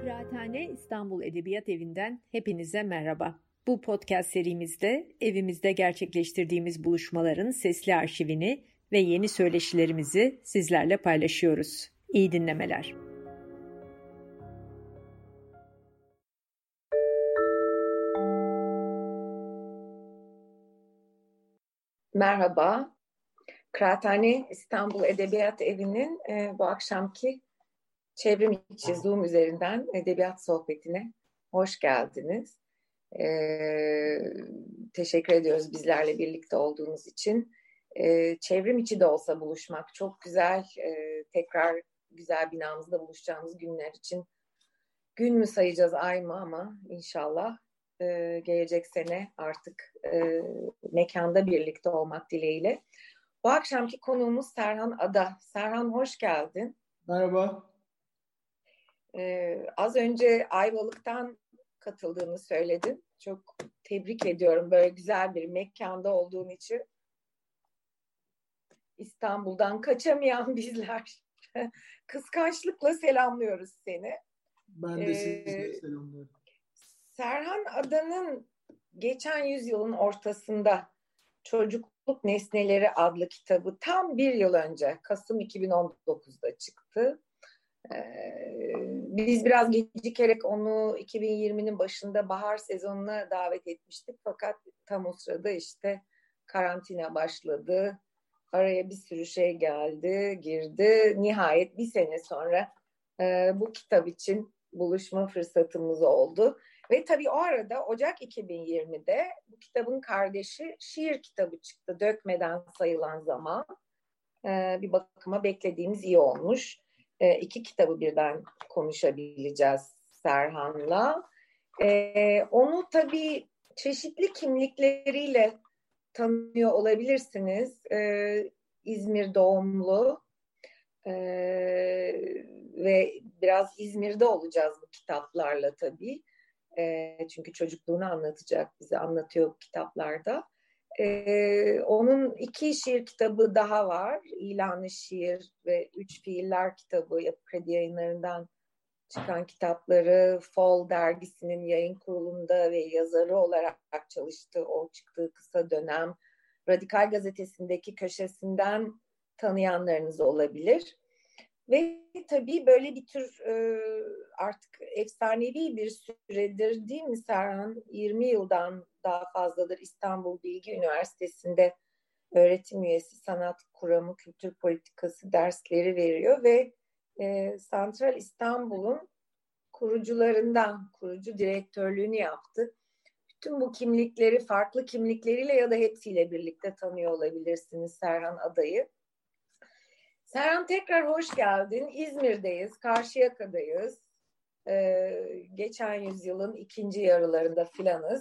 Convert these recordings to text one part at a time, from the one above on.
Kıraathane İstanbul Edebiyat Evi'nden hepinize merhaba. Bu podcast serimizde evimizde gerçekleştirdiğimiz buluşmaların sesli arşivini ve yeni söyleşilerimizi sizlerle paylaşıyoruz. İyi dinlemeler. Merhaba. Kıraathane İstanbul Edebiyat Evi'nin bu akşamki çevrim içi Zoom üzerinden edebiyat sohbetine hoş geldiniz. Teşekkür ediyoruz bizlerle birlikte olduğunuz için. Çevrim içi de olsa buluşmak çok güzel. Tekrar güzel binamızda buluşacağımız günler için gün mü sayacağız, ay mı, ama inşallah gelecek sene artık mekanda birlikte olmak dileğiyle. Bu akşamki konuğumuz Serhan Ada. Serhan, hoş geldin. Merhaba. Az önce Ayvalık'tan katıldığını söyledin. Çok tebrik ediyorum böyle güzel bir mekanda olduğun için. İstanbul'dan kaçamayan bizler. Kıskançlıkla selamlıyoruz seni. Ben de sizi selamlıyorum. Serhan Ada'nın geçen yüzyılın ortasında Çocukluk Nesneleri adlı kitabı tam bir yıl önce Kasım 2019'da çıktı. Biz biraz gecikerek onu 2020'nin başında bahar sezonuna davet etmiştik. Fakat tam o sırada işte karantina başladı. Araya bir sürü şey geldi, girdi. Nihayet bir sene sonra bu kitap için buluşma fırsatımız oldu. Ve tabii o arada Ocak 2020'de bu kitabın kardeşi şiir kitabı çıktı. Dökmeden sayılan zaman. Bir bakıma beklediğimiz iyi olmuş. İki kitabı birden konuşabileceğiz Serhan'la. Onu tabii çeşitli kimlikleriyle tanıyor olabilirsiniz. İzmir doğumlu ve biraz İzmir'de olacağız bu kitaplarla tabii. Çünkü çocukluğunu anlatacak, bize anlatıyor bu kitaplarda. Onun iki şiir kitabı daha var. İlanı Şiir ve Üç Fiiller kitabı, Yapı Kredi Yayınları'ndan çıkan kitapları. Fall dergisinin yayın kurulunda ve yazarı olarak çalıştı. O çıktığı kısa dönem Radikal Gazetesi'ndeki köşesinden tanıyanlarınız olabilir. Ve tabii böyle bir tür artık efsanevi bir süredir değil mi Serhan? 20 yıldan daha fazladır İstanbul Bilgi Üniversitesi'nde öğretim üyesi, sanat kuramı, kültür politikası dersleri veriyor ve Santral İstanbul'un kurucularından, kurucu direktörlüğünü yaptı. Bütün bu kimlikleri farklı kimlikleriyle ya da hepsiyle birlikte tanıyor olabilirsiniz Serhan Ada'yı. Serhan, tekrar hoş geldin. İzmir'deyiz, Karşıyaka'dayız. Geçen yüzyılın ikinci yarılarında filanız.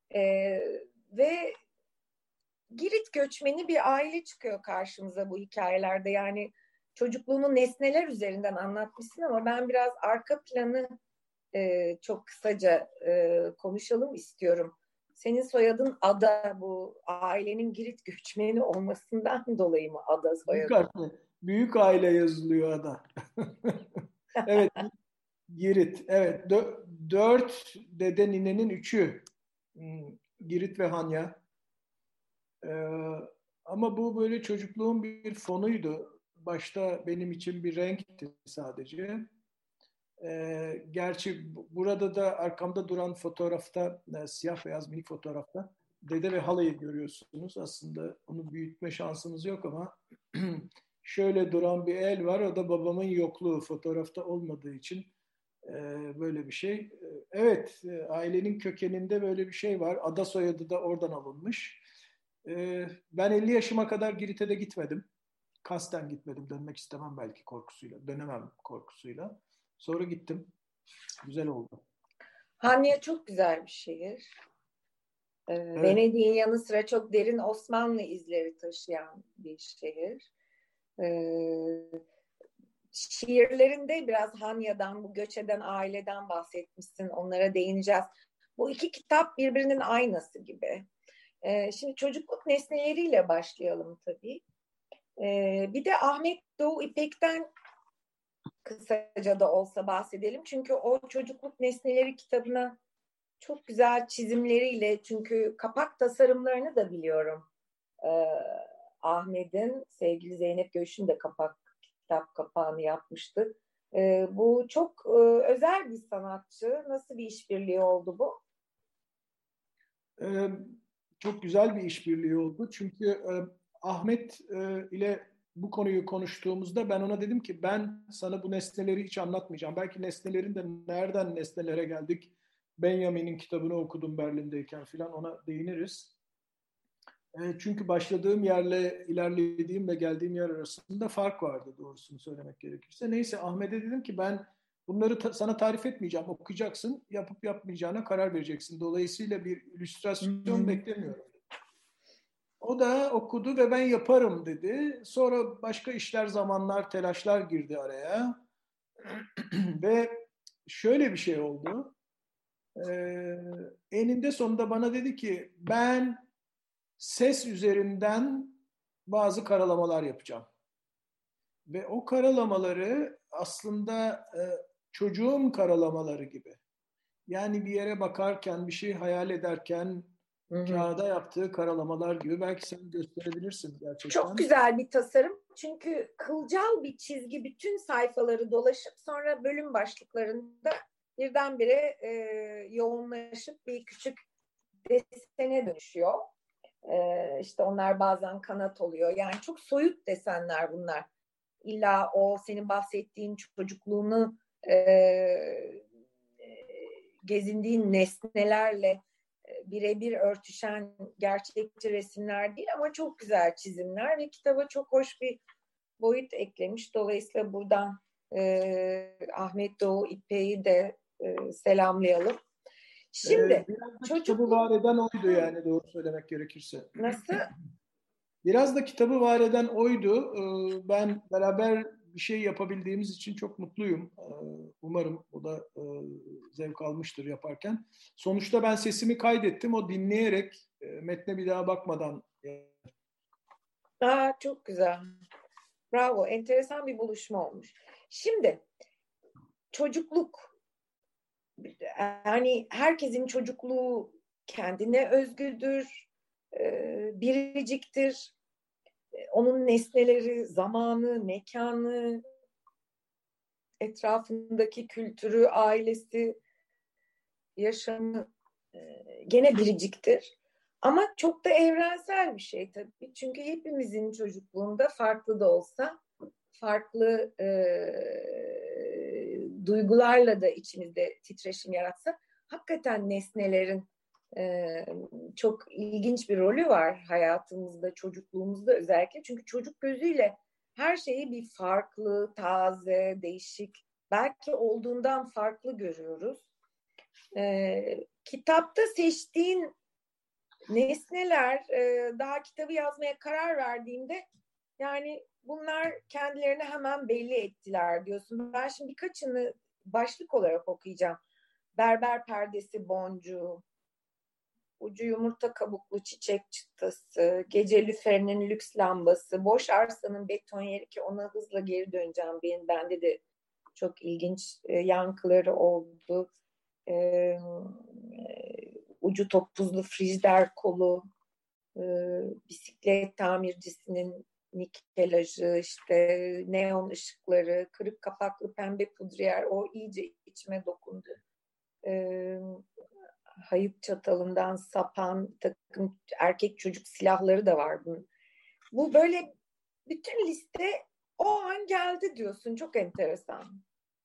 Ve Girit göçmeni bir aile çıkıyor karşımıza bu hikayelerde. Yani çocukluğunu nesneler üzerinden anlatmışsın ama ben biraz arka planı çok kısaca konuşalım istiyorum. Senin soyadın Ada, bu ailenin Girit göçmeni olmasından dolayı mı Ada soyadı? Büyük aile yazılıyor Ada. Evet, Girit. Evet, dört dede ninenin üçü Girit ve Hanya. Ama bu böyle çocukluğun bir fonuydu. Başta benim için bir renkti sadece. Gerçi burada da arkamda duran fotoğrafta, siyah beyaz minik fotoğrafta dede ve halayı görüyorsunuz. Aslında onu büyütme şansımız yok ama şöyle duran bir el var. O da babamın yokluğu, fotoğrafta olmadığı için böyle bir şey. Evet, ailenin kökeninde böyle bir şey var. Ada soyadı da oradan alınmış. Ben 50 yaşıma kadar Girit'e de gitmedim. Kasten gitmedim. Dönmek istemem belki korkusuyla. Dönemem korkusuyla. Sonra gittim. Güzel oldu. Hanya çok güzel bir şehir. Evet. Venedik'in yanı sıra çok derin Osmanlı izleri taşıyan bir şehir. Şiirlerinde biraz Hanya'dan, bu göç eden aileden bahsetmişsin. Onlara değineceğiz. Bu iki kitap birbirinin aynası gibi. Şimdi çocukluk nesneleriyle başlayalım tabii. Bir de Ahmet Doğu İpek'ten kısaca da olsa bahsedelim. Çünkü o çocukluk nesneleri kitabına çok güzel çizimleriyle, çünkü kapak tasarımlarını da biliyorum. Ee, Ahmet'in, sevgili Zeynep Göç'ün de kitap kapağını yapmıştı. Bu çok özel bir sanatçı. Nasıl bir işbirliği oldu bu? Ee, Çok güzel bir işbirliği oldu. Çünkü Ahmet ile bu konuyu konuştuğumuzda ben ona dedim ki ben sana bu nesneleri hiç anlatmayacağım. Belki nesnelerin de nereden nesnelere geldik. Benjamin'in kitabını okudum Berlin'deyken filan, ona değiniriz. Çünkü başladığım yerle ilerlediğim ve geldiğim yer arasında fark vardı, doğrusunu söylemek gerekirse. Neyse, Ahmet'e dedim ki ben bunları sana tarif etmeyeceğim, okuyacaksın, yapıp yapmayacağına karar vereceksin. Dolayısıyla bir illüstrasyon beklemiyorum. O da okudu ve ben yaparım dedi. Sonra başka işler, zamanlar, telaşlar girdi araya. Ve şöyle bir şey oldu. Eninde sonunda bana dedi ki ben ses üzerinden bazı karalamalar yapacağım. Ve o karalamaları aslında çocuğun karalamaları gibi. Yani bir yere bakarken, bir şey hayal ederken kağıda yaptığı karalamalar gibi. Belki sen gösterebilirsin gerçekten. Çok güzel bir tasarım. Çünkü kılcal bir çizgi bütün sayfaları dolaşıp sonra bölüm başlıklarında birdenbire yoğunlaşıp bir küçük desene dönüşüyor. İşte onlar bazen kanat oluyor. Yani çok soyut desenler bunlar. İlla o senin bahsettiğin çocukluğunu gezindiğin nesnelerle birebir örtüşen gerçekçi resimler değil ama çok güzel çizimler ve kitaba çok hoş bir boyut eklemiş. Dolayısıyla buradan Ahmet Doğu İpek'i de selamlayalım. Şimdi biraz da kitabı var eden oydu, yani doğru söylemek gerekirse. Nasıl? Biraz da kitabı var eden oydu. Ben beraber bir şey yapabildiğimiz için çok mutluyum. Umarım o da zevk almıştır yaparken. Sonuçta ben sesimi kaydettim. O dinleyerek metne bir daha bakmadan. Çok güzel. Bravo. Enteresan bir buluşma olmuş. Şimdi çocukluk, yani herkesin çocukluğu kendine özgüdür, biriciktir. Onun nesneleri, zamanı, mekanı, etrafındaki kültürü, ailesi, yaşamı gene biriciktir. Ama çok da evrensel bir şey tabii. Çünkü hepimizin çocukluğunda farklı da olsa farklı duygularla da içimizde titreşim yaratsa hakikaten nesnelerin çok ilginç bir rolü var hayatımızda, çocukluğumuzda özellikle. Çünkü çocuk gözüyle her şeyi bir farklı, taze, değişik, belki olduğundan farklı görüyoruz. Kitapta seçtiğin nesneler, daha kitabı yazmaya karar verdiğimde yani bunlar kendilerini hemen belli ettiler diyorsun. Ben şimdi birkaçını başlık olarak okuyacağım. Berber perdesi boncuğu, ucu yumurta kabuklu çiçek çıtası, gece lüferinin lüks lambası, boş arsanın beton yeri, ki ona hızla geri döneceğim. Bende de çok ilginç yankıları oldu. Ucu topuzlu frijider kolu, bisiklet tamircisinin nikelajı, işte neon ışıkları, kırık kapaklı pembe pudriyer, o iyice içime dokundu. Hayıp çatalından sapan takım erkek çocuk silahları da var bunun. Bu böyle bütün liste o an geldi diyorsun. Çok enteresan.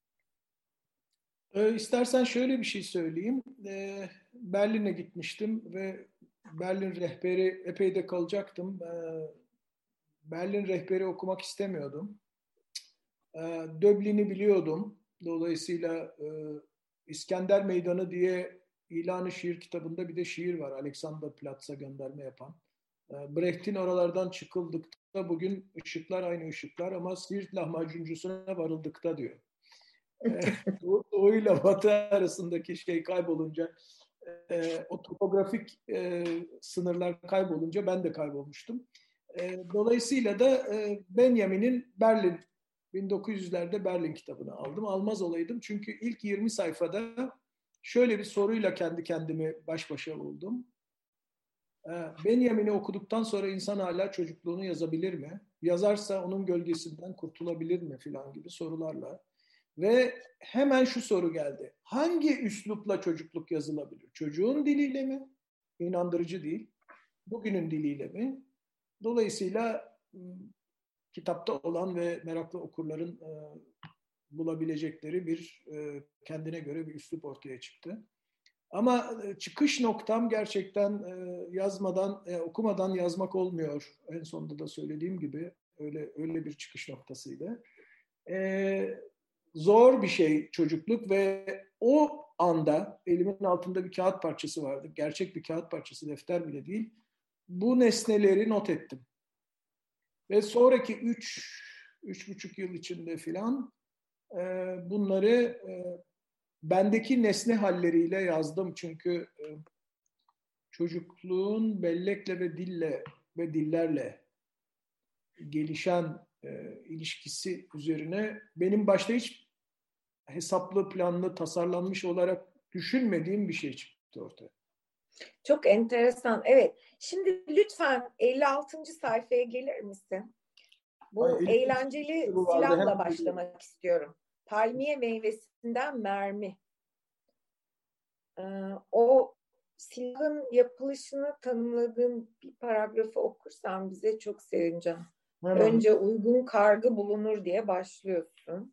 İstersen şöyle bir şey söyleyeyim. Berlin'e gitmiştim ve Berlin rehberi epey de kalacaktım. Berlin rehberi okumak istemiyordum. Döblin'i biliyordum. Dolayısıyla İskender Meydanı diye İlanı Şiir kitabında bir de şiir var. Alexanderplatz'a gönderme yapan. Brecht'in oralardan çıkıldıkta bugün ışıklar aynı ışıklar ama Siirt lahmacuncusuna varıldıkta diyor. Doğu ile Batı arasındaki şey kaybolunca, o topografik sınırlar kaybolunca ben de kaybolmuştum. Dolayısıyla da Benjamin'in Berlin 1900'lerde Berlin kitabını aldım. Almaz olaydım çünkü ilk 20 sayfada şöyle bir soruyla kendi kendimi baş başa buldum. Benjamin'i okuduktan sonra insan hala çocukluğunu yazabilir mi? Yazarsa onun gölgesinden kurtulabilir mi filan gibi sorularla. Ve hemen şu soru geldi. Hangi üslupla çocukluk yazılabilir? Çocuğun diliyle mi? İnandırıcı değil. Bugünün diliyle mi? Dolayısıyla kitapta olan ve meraklı okurların bulabilecekleri bir kendine göre bir üslup ortaya çıktı. Ama çıkış noktam gerçekten yazmadan, okumadan yazmak olmuyor. En sonunda da söylediğim gibi öyle bir çıkış noktasıydı. Zor bir şey çocukluk ve o anda elimin altında bir kağıt parçası vardı. Gerçek bir kağıt parçası, defter bile değil. Bu nesneleri not ettim. Ve sonraki 3,5 yıl içinde filan bunları bendeki nesne halleriyle yazdım. Çünkü çocukluğun bellekle ve dille ve dillerle gelişen ilişkisi üzerine benim başta hiç hesaplı, planlı, tasarlanmış olarak düşünmediğim bir şey çıktı ortaya. Çok enteresan. Evet. Şimdi lütfen 56. sayfaya gelir misin? Bu eğlenceli silahla başlamak istiyorum. Palmiye meyvesinden mermi. O silahın yapılışını tanımladığım bir paragrafı okursan bize çok sevineceğim. Hemen. Önce uygun kargı bulunur diye başlıyorsun.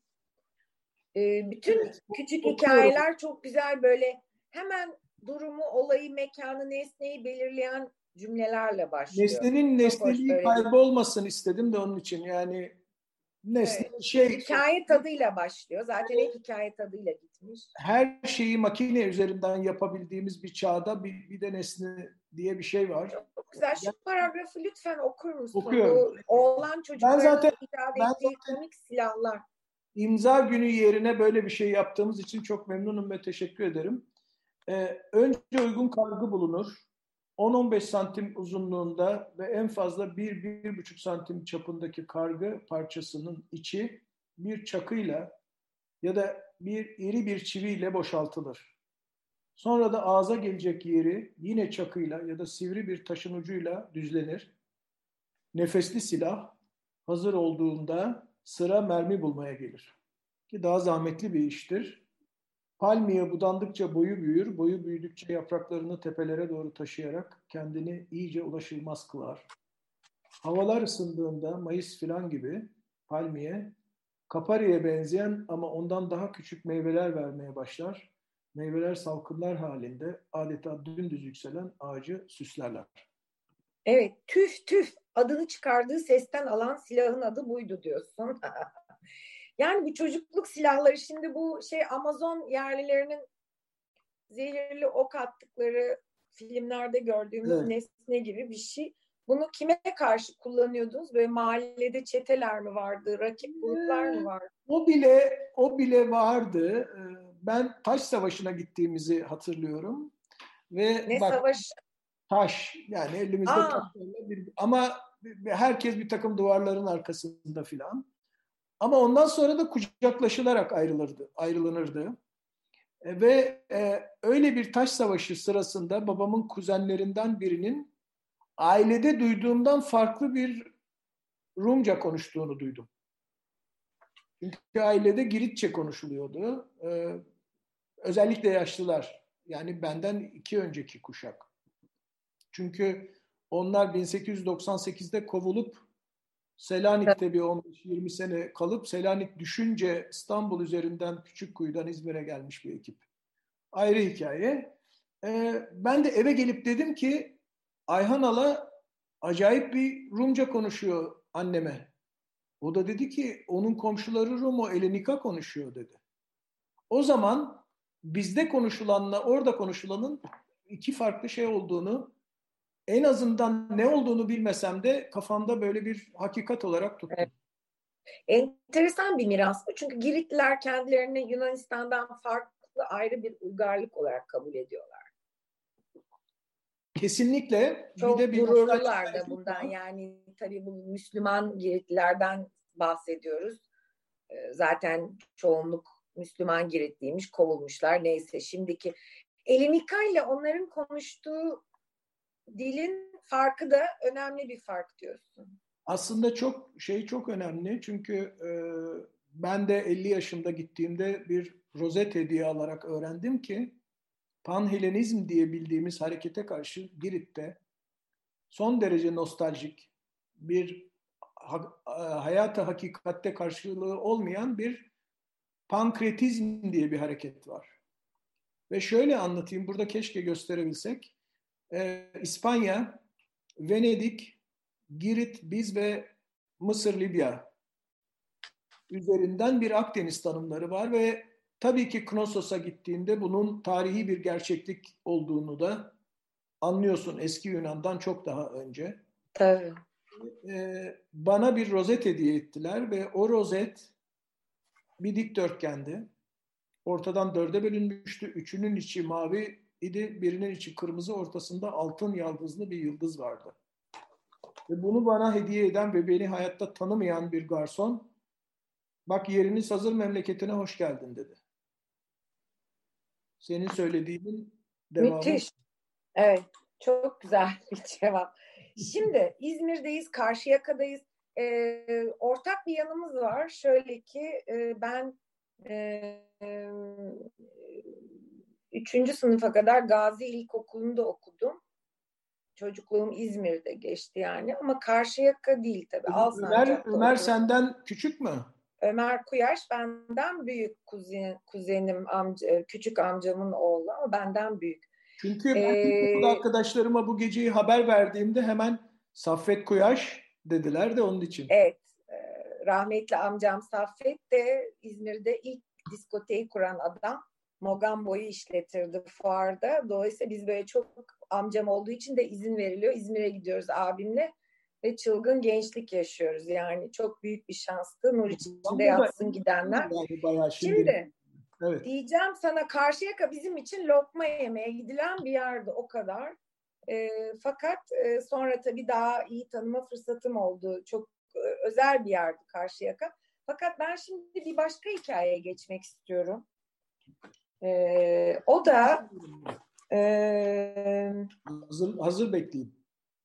Bütün küçük hikayeler çok güzel, böyle hemen durumu, olayı, mekanı, nesneyi belirleyen cümlelerle başlıyor. Nesneliği kaybolmasın istedim de onun için, yani nesne hikaye tadıyla başlıyor. Zaten hep hikaye tadıyla gitmiş. Her şeyi makine üzerinden yapabildiğimiz bir çağda bir de nesne diye bir şey var. Çok güzel. Şu paragrafı lütfen okur musun? Okuyorum. Bu oğlan çocuklarının icat ettiği komik silahlar. İmza günü yerine böyle bir şey yaptığımız için çok memnunum ve teşekkür ederim. Önce uygun kargı bulunur. 10-15 santim uzunluğunda ve en fazla 1-1,5 santim çapındaki kargı parçasının içi bir çakıyla ya da iri bir çiviyle boşaltılır. Sonra da ağza gelecek yeri yine çakıyla ya da sivri bir taşın ucuyla düzlenir. Nefesli silah hazır olduğunda sıra mermi bulmaya gelir. Ki daha zahmetli bir iştir. Palmiye budandıkça boyu büyür, boyu büyüdükçe yapraklarını tepelere doğru taşıyarak kendini iyice ulaşılmaz kılar. Havalar ısındığında Mayıs filan gibi palmiye kapariye benzeyen ama ondan daha küçük meyveler vermeye başlar. Meyveler salkımlar halinde adeta dümdüz yükselen ağacı süslerler. Evet, tüf tüf adını çıkardığı sesten alan silahın adı buydu diyorsun. Yani bu çocukluk silahları, şimdi bu Amazon yerlilerinin zehirli ok attıkları filmlerde gördüğümüz nesne gibi bir şey. Bunu kime karşı kullanıyordunuz? Böyle mahallede çeteler mi vardı? Rakip gruplar mı vardı? O bile vardı. Ben taş savaşına gittiğimizi hatırlıyorum. Ve savaş? Taş. Yani elimizde taşlarla ama herkes bir takım duvarların arkasında filan. Ama ondan sonra da kucaklaşılarak ayrılınırdı. Ve öyle bir taş savaşı sırasında babamın kuzenlerinden birinin ailede duyduğumdan farklı bir Rumca konuştuğunu duydum. Çünkü ailede Giritçe konuşuluyordu. Özellikle yaşlılar. Yani benden 2 önceki kuşak. Çünkü onlar 1898'de kovulup Selanik'te bir 15-20 sene kalıp Selanik düşünce İstanbul üzerinden Küçükkuyu'dan İzmir'e gelmiş bir ekip. Ayrı hikaye. Ben de eve gelip dedim ki Ayhan Ala acayip bir Rumca konuşuyor anneme. O da dedi ki onun komşuları Rum, o Elenika konuşuyor dedi. O zaman bizde konuşulanla orada konuşulanın iki farklı şey olduğunu, en azından ne olduğunu bilmesem de kafamda böyle bir hakikat olarak tuttum. Evet. Enteresan bir miras bu. Çünkü Giritliler kendilerini Yunanistan'dan farklı, ayrı bir uygarlık olarak kabul ediyorlar. Kesinlikle. Çok gururlular da bundan. Yani tabii bu Müslüman Giritlilerden bahsediyoruz. zaten çoğunluk Müslüman Giritliymiş, kovulmuşlar. Neyse şimdiki Elinika ile onların konuştuğu dilin farkı da önemli bir fark diyorsun. Aslında çok önemli çünkü ben de 50 yaşımda gittiğimde bir rozet hediye alarak öğrendim ki Panhelenizm diye bildiğimiz harekete karşı Girit'te son derece nostaljik bir hayata hakikatte karşılığı olmayan bir pankretizm diye bir hareket var. Ve şöyle anlatayım, burada keşke gösterebilsek. İspanya, Venedik, Girit, biz ve Mısır, Libya üzerinden bir Akdeniz tanımları var ve tabii ki Knosos'a gittiğinde bunun tarihi bir gerçeklik olduğunu da anlıyorsun eski Yunan'dan çok daha önce. Tabii. Bana bir rozet hediye ettiler ve o rozet bir dikdörtgendi. Ortadan dörde bölünmüştü. Üçünün içi mavi idi, birinin içi kırmızı, ortasında altın yaldızlı bir yıldız vardı. Ve bunu bana hediye eden ve beni hayatta tanımayan bir garson, bak yeriniz hazır, memleketine hoş geldin dedi. Senin söylediğinin devamı. Müthiş. Evet, çok güzel bir cevap. Şimdi İzmir'deyiz, Karşıyaka'dayız. Ortak bir yanımız var. Şöyle ki ben 3. sınıfa kadar Gazi İlkokulu'nda okudum. Çocukluğum İzmir'de geçti yani ama Karşıyaka değil tabii. Ömer senden küçük mü? Ömer Kuyaş benden büyük, kuzenim, küçük amcamın oğlu ama benden büyük. Çünkü ben ilkokul arkadaşlarıma bu geceyi haber verdiğimde hemen Saffet Kuyaş dediler de onun için. Evet. Rahmetli amcam Saffet de İzmir'de ilk diskoteği kuran adam. Mogambo'yu işletirdi fuarda. Dolayısıyla biz böyle çok amcam olduğu için de izin veriliyor. İzmir'e gidiyoruz abimle ve çılgın gençlik yaşıyoruz. Yani çok büyük bir şanstı. Nur içinde yatsın gidenler. Yani Şimdi evet. diyeceğim sana, Karşıyaka bizim için lokma yemeye gidilen bir yerdi, o kadar. Fakat sonra tabii daha iyi tanıma fırsatım oldu. Çok özel bir yerdi Karşıyaka. Fakat ben şimdi bir başka hikayeye geçmek istiyorum. O da hazır bekleyeyim.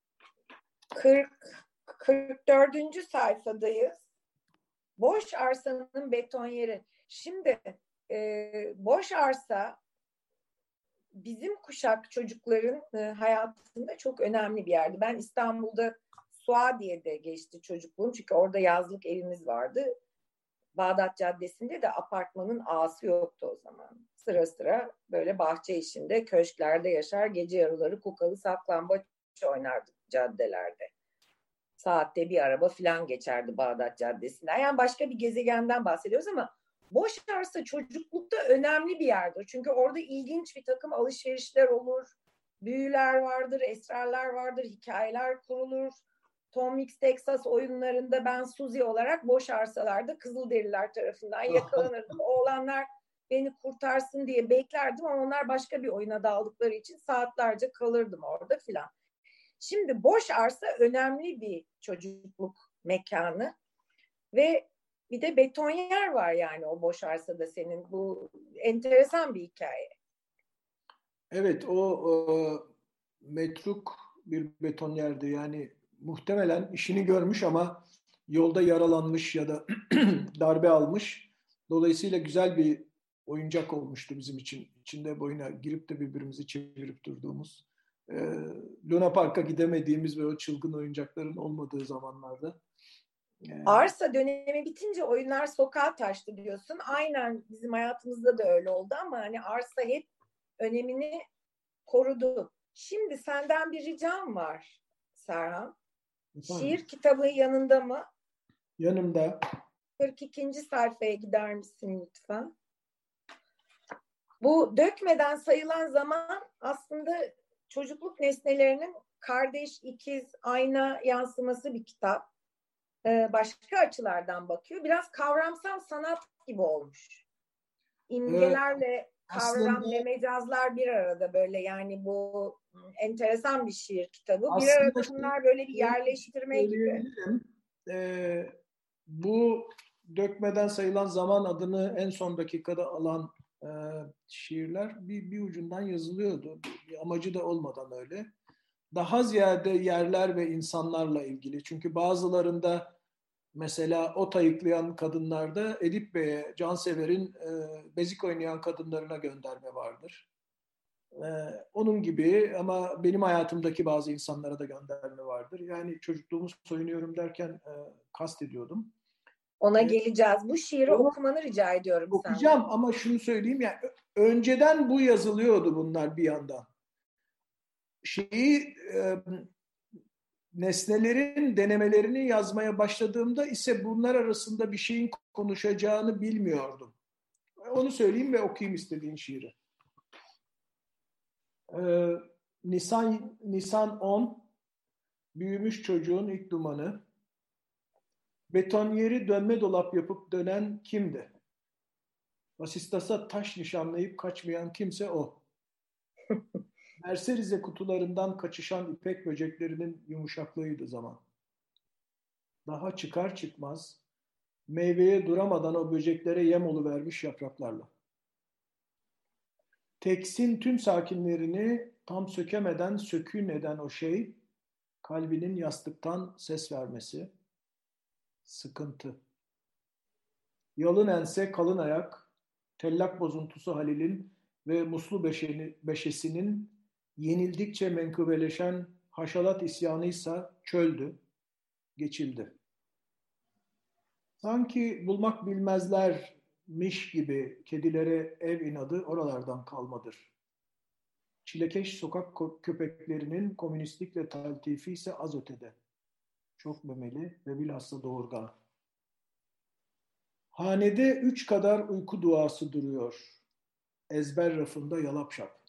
44. sayfadayız. Boş arsanın betonyeri. Şimdi boş arsa bizim kuşak çocukların hayatında çok önemli bir yerdi. Ben İstanbul'da Suadiye'de geçti çocukluğum. Çünkü orada yazlık evimiz vardı. Bağdat Caddesi'nde de apartmanın ağası yoktu o zaman. Sıra sıra böyle bahçe içinde, köşklerde yaşar, gece yarıları kukalı saklambaç oynardık caddelerde. Saatte bir araba falan geçerdi Bağdat Caddesi'nden. Yani başka bir gezegenden bahsediyoruz ama boş arsa çocuklukta önemli bir yerdir. Çünkü orada ilginç bir takım alışverişler olur, büyüler vardır, esrarlar vardır, hikayeler kurulur. Tom Mix Texas oyunlarında ben Suzy olarak boş arsalarda Kızılderililer tarafından yakalanırdım. Oğlanlar beni kurtarsın diye beklerdim ama onlar başka bir oyuna daldıkları için saatlerce kalırdım orada filan. Şimdi boş arsa önemli bir çocukluk mekanı ve bir de betonyer var yani o boş arsada senin. Bu enteresan bir hikaye. Evet, o metruk bir betonyerdi. Yani muhtemelen işini görmüş ama yolda yaralanmış ya da darbe almış. Dolayısıyla güzel bir oyuncak olmuştu bizim için. İçinde boyuna girip de birbirimizi çevirip durduğumuz. Luna Park'a gidemediğimiz ve o çılgın oyuncakların olmadığı zamanlarda. Arsa dönemi bitince oyunlar sokağa taştı diyorsun. Aynen bizim hayatımızda da öyle oldu ama hani arsa hep önemini korudu. Şimdi senden bir ricam var Serhan. Şiir kitabı yanında mı? Yanımda. 42. sayfaya gider misin lütfen? Bu dökmeden sayılan zaman aslında çocukluk nesnelerinin kardeş, ikiz, ayna yansıması bir kitap. Başka açılardan bakıyor. Biraz kavramsal sanat gibi olmuş. İmgelerle kavram ve mecazlar bir arada böyle, yani bu enteresan bir şiir kitabı. Bir arada bunlar böyle bir yerleştirme gibi. Bu dökmeden sayılan zaman adını en son dakikada alan şiirler bir ucundan yazılıyordu. Bir amacı da olmadan öyle. Daha ziyade yerler ve insanlarla ilgili. Çünkü bazılarında mesela ot ayıklayan kadınlarda Edip Bey'e, Cansever'in bezik oynayan kadınlarına gönderme vardır. Onun gibi ama benim hayatımdaki bazı insanlara da gönderme vardır. Yani çocukluğumu soyunuyorum derken kastediyordum. Ona geleceğiz. Bu şiiri Onu okumanı rica ediyorum okuyacağım senden. ama şunu söyleyeyim ya, önceden bu yazılıyordu bunlar bir yandan. Nesnelerin denemelerini yazmaya başladığımda ise bunlar arasında bir şeyin konuşacağını bilmiyordum. Onu söyleyeyim ve okuyayım istediğin şiiri. Nisan 10, büyümüş çocuğun ilk dumanı. Betonyeri dönme dolap yapıp dönen kimdi? Vasistasa taş nişanlayıp kaçmayan kimse o. Merserize kutularından kaçışan ipek böceklerinin yumuşaklığıydı zaman. Daha çıkar çıkmaz meyveye duramadan o böceklere yem oluvermiş yapraklarla. Teksin tüm sakinlerini tam sökemeden sökün eden o şey, kalbinin yastıktan ses vermesi, sıkıntı. Yalın ense, kalın ayak, tellak bozuntusu Halil'in ve muslu beşesinin yenildikçe menkıbeleşen haşalat isyanıysa çöldü, geçildi. Sanki bulmak bilmezlermiş gibi kedilere ev inadı oralardan kalmadır. Çilekeş sokak köpeklerinin komünistlikle taltifi ise az ötede. Çok memeli ve bilhassa doğurgan. Hanede 3 kadar uyku duası duruyor. Ezber rafında yalap şap.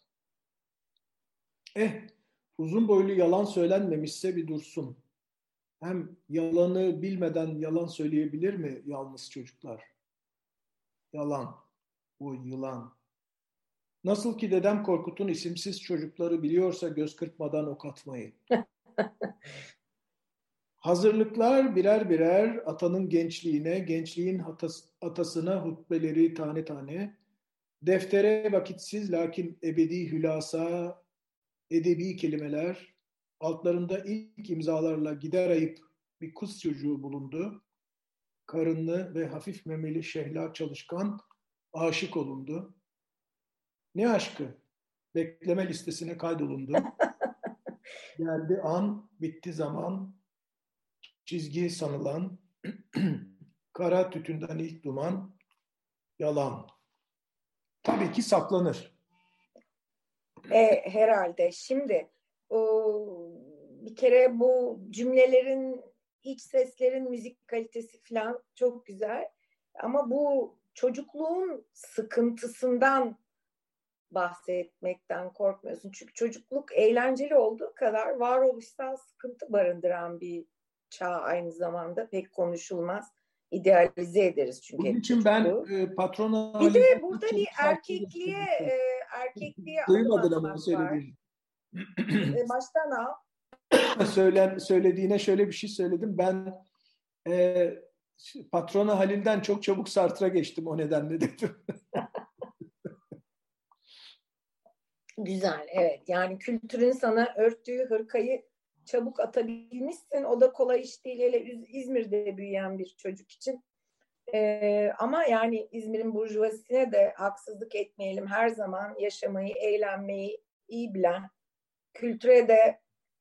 Uzun boylu yalan söylenmemişse bir dursun. Hem yalanı bilmeden yalan söyleyebilir mi yalnız çocuklar? Yalan, o yılan. Nasıl ki dedem Korkut'un isimsiz çocukları biliyorsa göz kırpmadan ok atmayı. Hazırlıklar birer birer atanın gençliğine, gençliğin atasına hutbeleri tane tane, deftere vakitsiz lakin ebedi hülasa, edebi kelimeler, altlarında ilk imzalarla gider ayıp bir kız çocuğu bulundu. Karınlı ve hafif memeli Şehla Çalışkan aşık olundu. Ne aşkı? Bekleme listesine kaydolundu. Geldi an, bitti zaman, çizgi sanılan, kara tütünden ilk duman, yalan. Tabii ki saklanır. Herhalde. Şimdi bir kere bu cümlelerin, iç seslerin müzik kalitesi falan çok güzel. Ama bu çocukluğun sıkıntısından bahsetmekten korkmuyorsun. Çünkü çocukluk eğlenceli olduğu kadar varoluşsal sıkıntı barındıran bir çağ aynı zamanda. Pek konuşulmaz. İdealize ederiz çünkü Bunun hep için ben çocukluğu. patrona Bir de halinden burada çok bir çabuk sarkıyorum. erkekliğe adım Duymadın ama atmak var. söylediğimi. Baştan al. Söylediğine şöyle bir şey söyledim. Ben e, patrona Halil'den çok çabuk Sartre'a geçtim o nedenle dedim. Güzel, evet. Yani kültürün sana örttüğü hırkayı çabuk atabilmişsin. O da kolay iş değil. Hele İzmir'de büyüyen bir çocuk için. Ama yani İzmir'in burjuvazisine de haksızlık etmeyelim. Her zaman yaşamayı, eğlenmeyi iyi bilen, kültüre de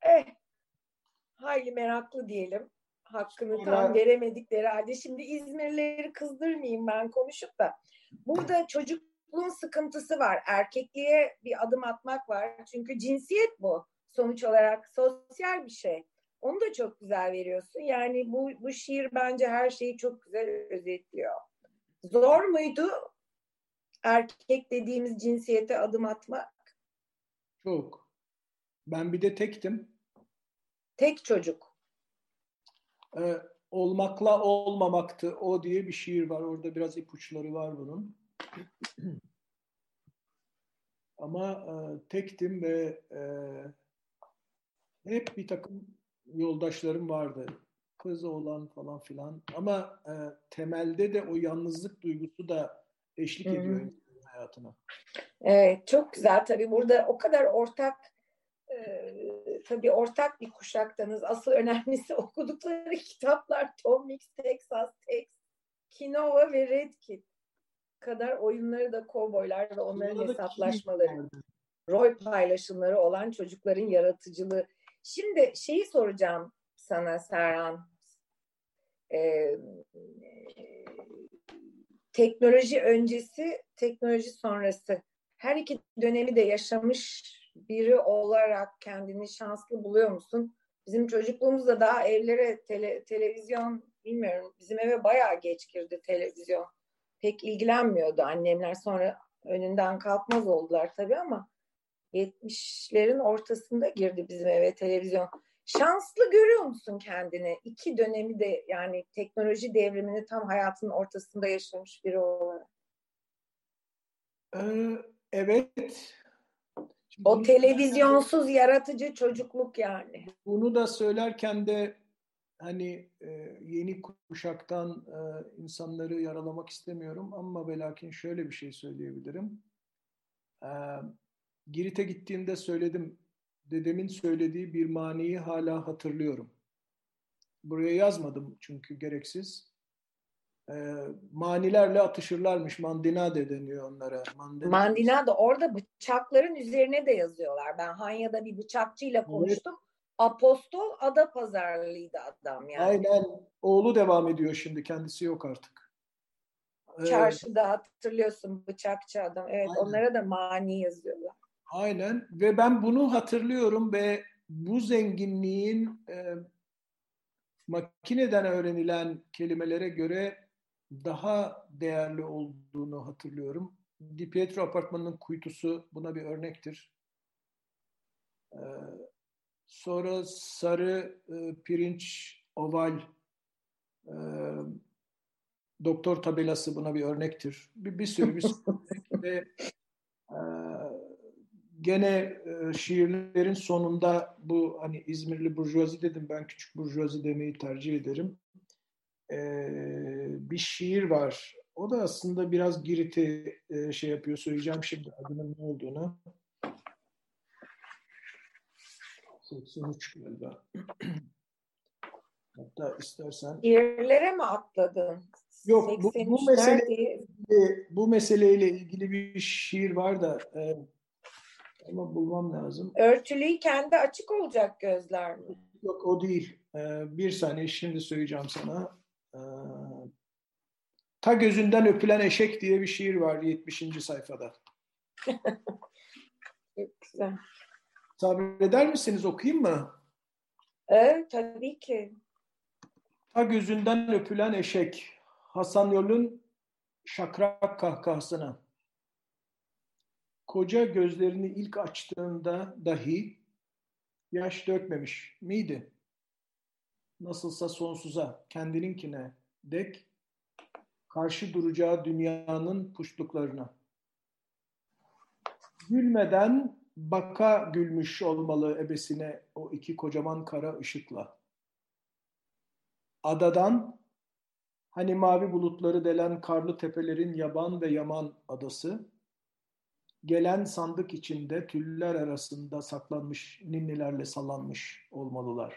hayli meraklı diyelim. Hakkını tam Sonra veremedikleri halde. Şimdi İzmirlileri kızdırmayayım ben konuşup da. Burada çocukluğun sıkıntısı var. Erkekliğe bir adım atmak var. Çünkü cinsiyet bu. Sonuç olarak sosyal bir şey. Onu da çok güzel veriyorsun. Yani bu şiir bence her şeyi çok güzel özetliyor. Zor muydu erkek dediğimiz cinsiyete adım atmak? çok. Ben bir de tektim. Tek çocuk. Olmakla olmamaktı o diye bir şiir var. Orada biraz ipuçları var bunun. Ama tektim ve hep bir takım yoldaşlarım vardı. kız olan falan filan. Ama temelde de o yalnızlık duygusu da eşlik ediyor Hı-hı. insanın hayatına. Evet, çok güzel. Tabii burada o kadar ortak tabii ortak bir kuşaktanız. Asıl önemlisi okudukları kitaplar Tom Mix, Texas Tex, Kinova ve Red Kit kadar oyunları da kovboylar ve onların Burada da kim hesaplaşmaları, vardı? rol paylaşımları olan çocukların yaratıcılığı. Şimdi şeyi soracağım sana Serhan. Ee, teknoloji öncesi, teknoloji sonrası. Her iki dönemi de yaşamış biri olarak kendini şanslı buluyor musun? Bizim çocukluğumuzda daha evlere televizyon, bilmiyorum, bizim eve bayağı geç girdi televizyon. Pek ilgilenmiyordu annemler, sonra önünden kalkmaz oldular tabii ama 70'lerin ortasında girdi bizim eve televizyon. Şanslı görüyor musun kendini? İki dönemi de, yani teknoloji devrimini tam hayatının ortasında yaşamış biri olarak. Ee, evet. Şimdi O televizyonsuz yaratıcı çocukluk yani. bunu da söylerken de hani yeni kuşaktan insanları yaralamak istemiyorum ama ve lakin şöyle bir şey söyleyebilirim. E, Girit'e gittiğimde söyledim. Dedemin söylediği bir maniyi hala hatırlıyorum. Buraya yazmadım çünkü gereksiz. Manilerle atışırlarmış. Mandinade deniyor onlara. Mandinade. Mandina da orada bıçakların üzerine de yazıyorlar. Ben Hanya'da bir bıçakçıyla Evet. konuştum. Apostol Adapazarlıydı adam yani. Aynen. Oğlu devam ediyor şimdi. Kendisi yok artık. Ee, Çarşıda hatırlıyorsun, bıçakçı adam. Evet, aynen. onlara da mani yazıyorlar. Aynen. Ve ben bunu hatırlıyorum ve bu zenginliğin makineden öğrenilen kelimelere göre daha değerli olduğunu hatırlıyorum. Di Pietro apartmanının kuytusu buna bir örnektir. Ee, Sonra sarı pirinç oval e, doktor tabelası buna bir örnektir. Bir sürü örnek ve e, gene şiirlerin sonunda bu hani İzmirli burjuvazi dedim, ben küçük burjuvazi demeyi tercih ederim. Bir şiir var. O da aslında biraz Girit'i şey yapıyor. Söyleyeceğim şimdi adının ne olduğunu. 83 galiba. Hatta istersen. Şiirlere mi atladın? Yok, bu 83'ler diye. bu meseleyle ilgili bir şiir var da ama bulmam lazım. Örtülüyken de açık olacak gözler mi? Yok, o değil. Bir saniye, şimdi söyleyeceğim sana. Ta gözünden öpülen eşek diye bir şiir var 70. sayfada. Çok güzel. Sabreder misiniz, okuyayım mı? Evet, tabii ki. Ta gözünden öpülen eşek. Hasan Yol'un şakrak kahkahasına. Koca gözlerini ilk açtığında dahi yaş dökmemiş miydi? Nasılsa sonsuza, kendininkine dek karşı duracağı dünyanın puştluklarına. Gülmeden baka gülmüş olmalı ebesine o iki kocaman kara ışıkla. Adadan, hani mavi bulutları delen karlı tepelerin yaban ve yaman adası, gelen sandık içinde tüller arasında saklanmış ninnilerle sallanmış olmalılar.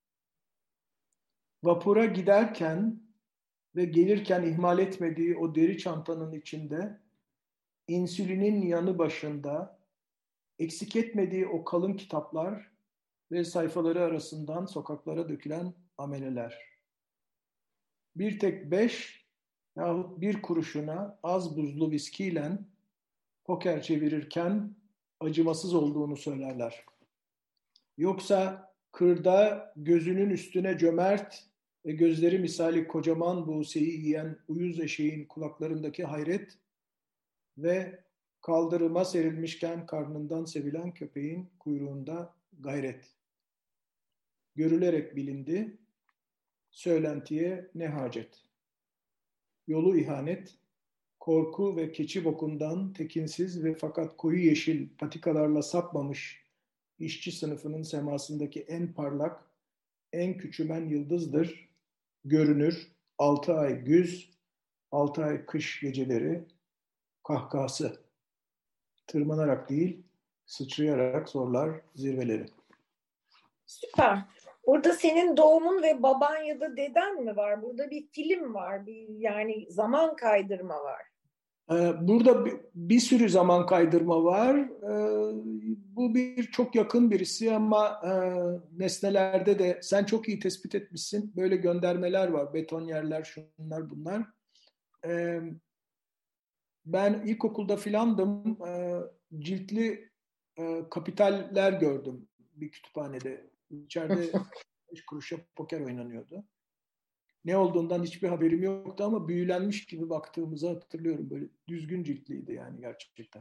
Vapura giderken ve gelirken ihmal etmediği o deri çantanın içinde, insülinin yanı başında, eksik etmediği o kalın kitaplar ve sayfaları arasından sokaklara dökülen ameleler. Bir tek 5 yahut bir kuruşuna az buzlu viskiyle poker çevirirken acımasız olduğunu söylerler. Yoksa kırda gözünün üstüne cömert ve gözleri misali kocaman buğseyi yiyen uyuz eşeğin kulaklarındaki hayret ve kaldırıma serilmişken karnından sevilen köpeğin kuyruğunda gayret. Görülerek bilindi, söylentiye ne hacet. Yolu ihanet, korku ve keçi bokundan tekinsiz ve fakat koyu yeşil patikalarla sapmamış işçi sınıfının semasındaki en parlak, en küçümen yıldızdır görünür, 6 ay güz, 6 ay kış geceleri, kahkahası. Tırmanarak değil, sıçrayarak zorlar zirveleri. Süper. Burada senin doğumun ve baban ya da deden mi var? Burada bir film var, bir yani zaman kaydırma var. Burada bir sürü zaman kaydırma var. Bu bir çok yakın birisi ama nesnelerde de sen çok iyi tespit etmişsin. Böyle göndermeler var. Beton yerler, şunlar bunlar. Ee, Ben ilkokulda filandım. Ciltli kapitaller gördüm bir kütüphanede. İçeride 5 kuruşa poker oynanıyordu. Ne olduğundan hiçbir haberim yoktu ama büyülenmiş gibi baktığımızı hatırlıyorum. Böyle düzgün ciltliydi yani gerçekten.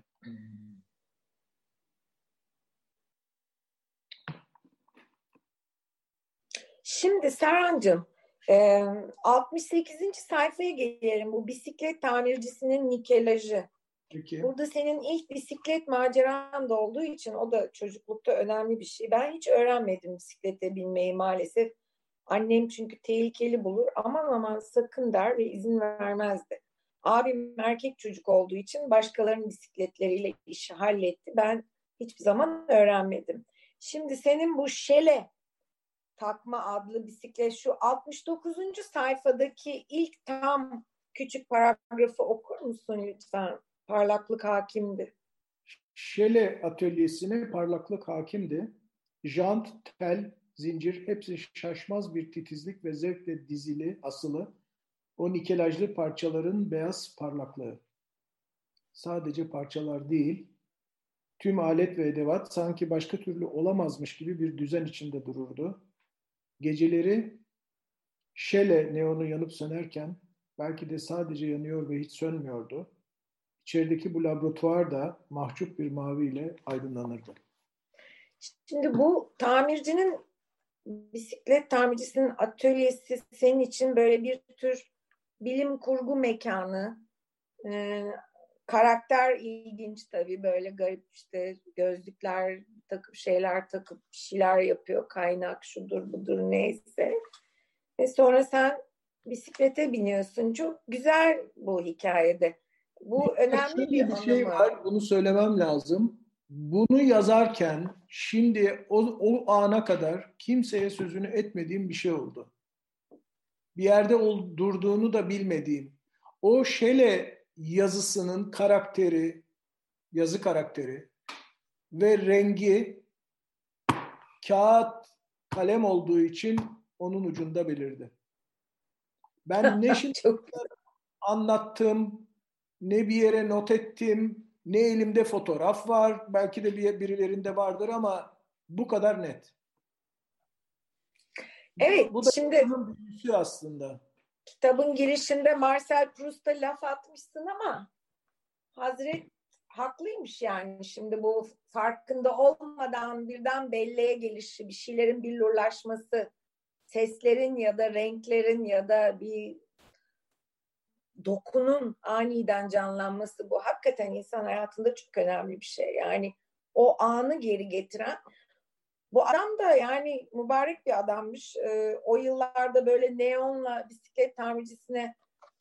Şimdi Serhancığım, 68. sayfaya gelelim. Bu bisiklet tamircisinin nikelajı. Peki. Burada senin ilk bisiklet maceran da olduğu için o da çocuklukta önemli bir şey. Ben hiç öğrenmedim bisiklete binmeyi maalesef. Annem çünkü tehlikeli bulur. Aman aman sakın der ve izin vermezdi. Abim erkek çocuk olduğu için başkalarının bisikletleriyle işi halletti. Ben hiçbir zaman öğrenmedim. Şimdi senin bu Şele takma adlı bisiklet şu 69. sayfadaki ilk tam küçük paragrafı okur musun lütfen? Parlaklık hakimdi. Şele atölyesine parlaklık hakimdi. Jant, tel, zincir hepsi şaşmaz bir titizlik ve zevkle dizili, asılı. O nikelajlı parçaların beyaz parlaklığı. Sadece parçalar değil, tüm alet ve edevat sanki başka türlü olamazmış gibi bir düzen içinde dururdu. Geceleri şele neonu yanıp sönerken belki de sadece yanıyor ve hiç sönmüyordu. İçerideki bu laboratuvar da mahcup bir maviyle aydınlanırdı. Şimdi bu tamircinin bisiklet tamircisinin atölyesi senin için böyle bir tür bilim kurgu mekanı. Karakter ilginç tabii böyle garip işte gözlükler takıp şeyler takıp bir şeyler yapıyor. Kaynak şudur budur neyse. Ve sonra sen bisiklete biniyorsun. Çok güzel bu hikayede. Bu önemli Şöyle bir bir anı şey mı? var, bunu söylemem lazım. Bunu yazarken şimdi o ana kadar kimseye sözünü etmediğim bir şey oldu. Bir yerde durduğunu da bilmediğim. O Şele yazısının karakteri, yazı karakteri ve rengi kağıt kalem olduğu için onun ucunda belirdi. Ben ne şimdi Çok anlattım, ne bir yere not ettim, ne elimde fotoğraf var. Belki de birilerinde vardır ama bu kadar net. Evet, Bu da şimdi bunun büyüsü aslında. kitabın girişinde Marcel Proust'a laf atmışsın ama Hazret haklıymış yani. Şimdi bu farkında olmadan birden belleğe gelişi, bir şeylerin billurlaşması, seslerin ya da renklerin ya da bir dokunun aniden canlanması bu hakikaten insan hayatında çok önemli bir şey. Yani o anı geri getiren bu adam da yani mübarek bir adammış. O yıllarda böyle neonla bisiklet tamircisine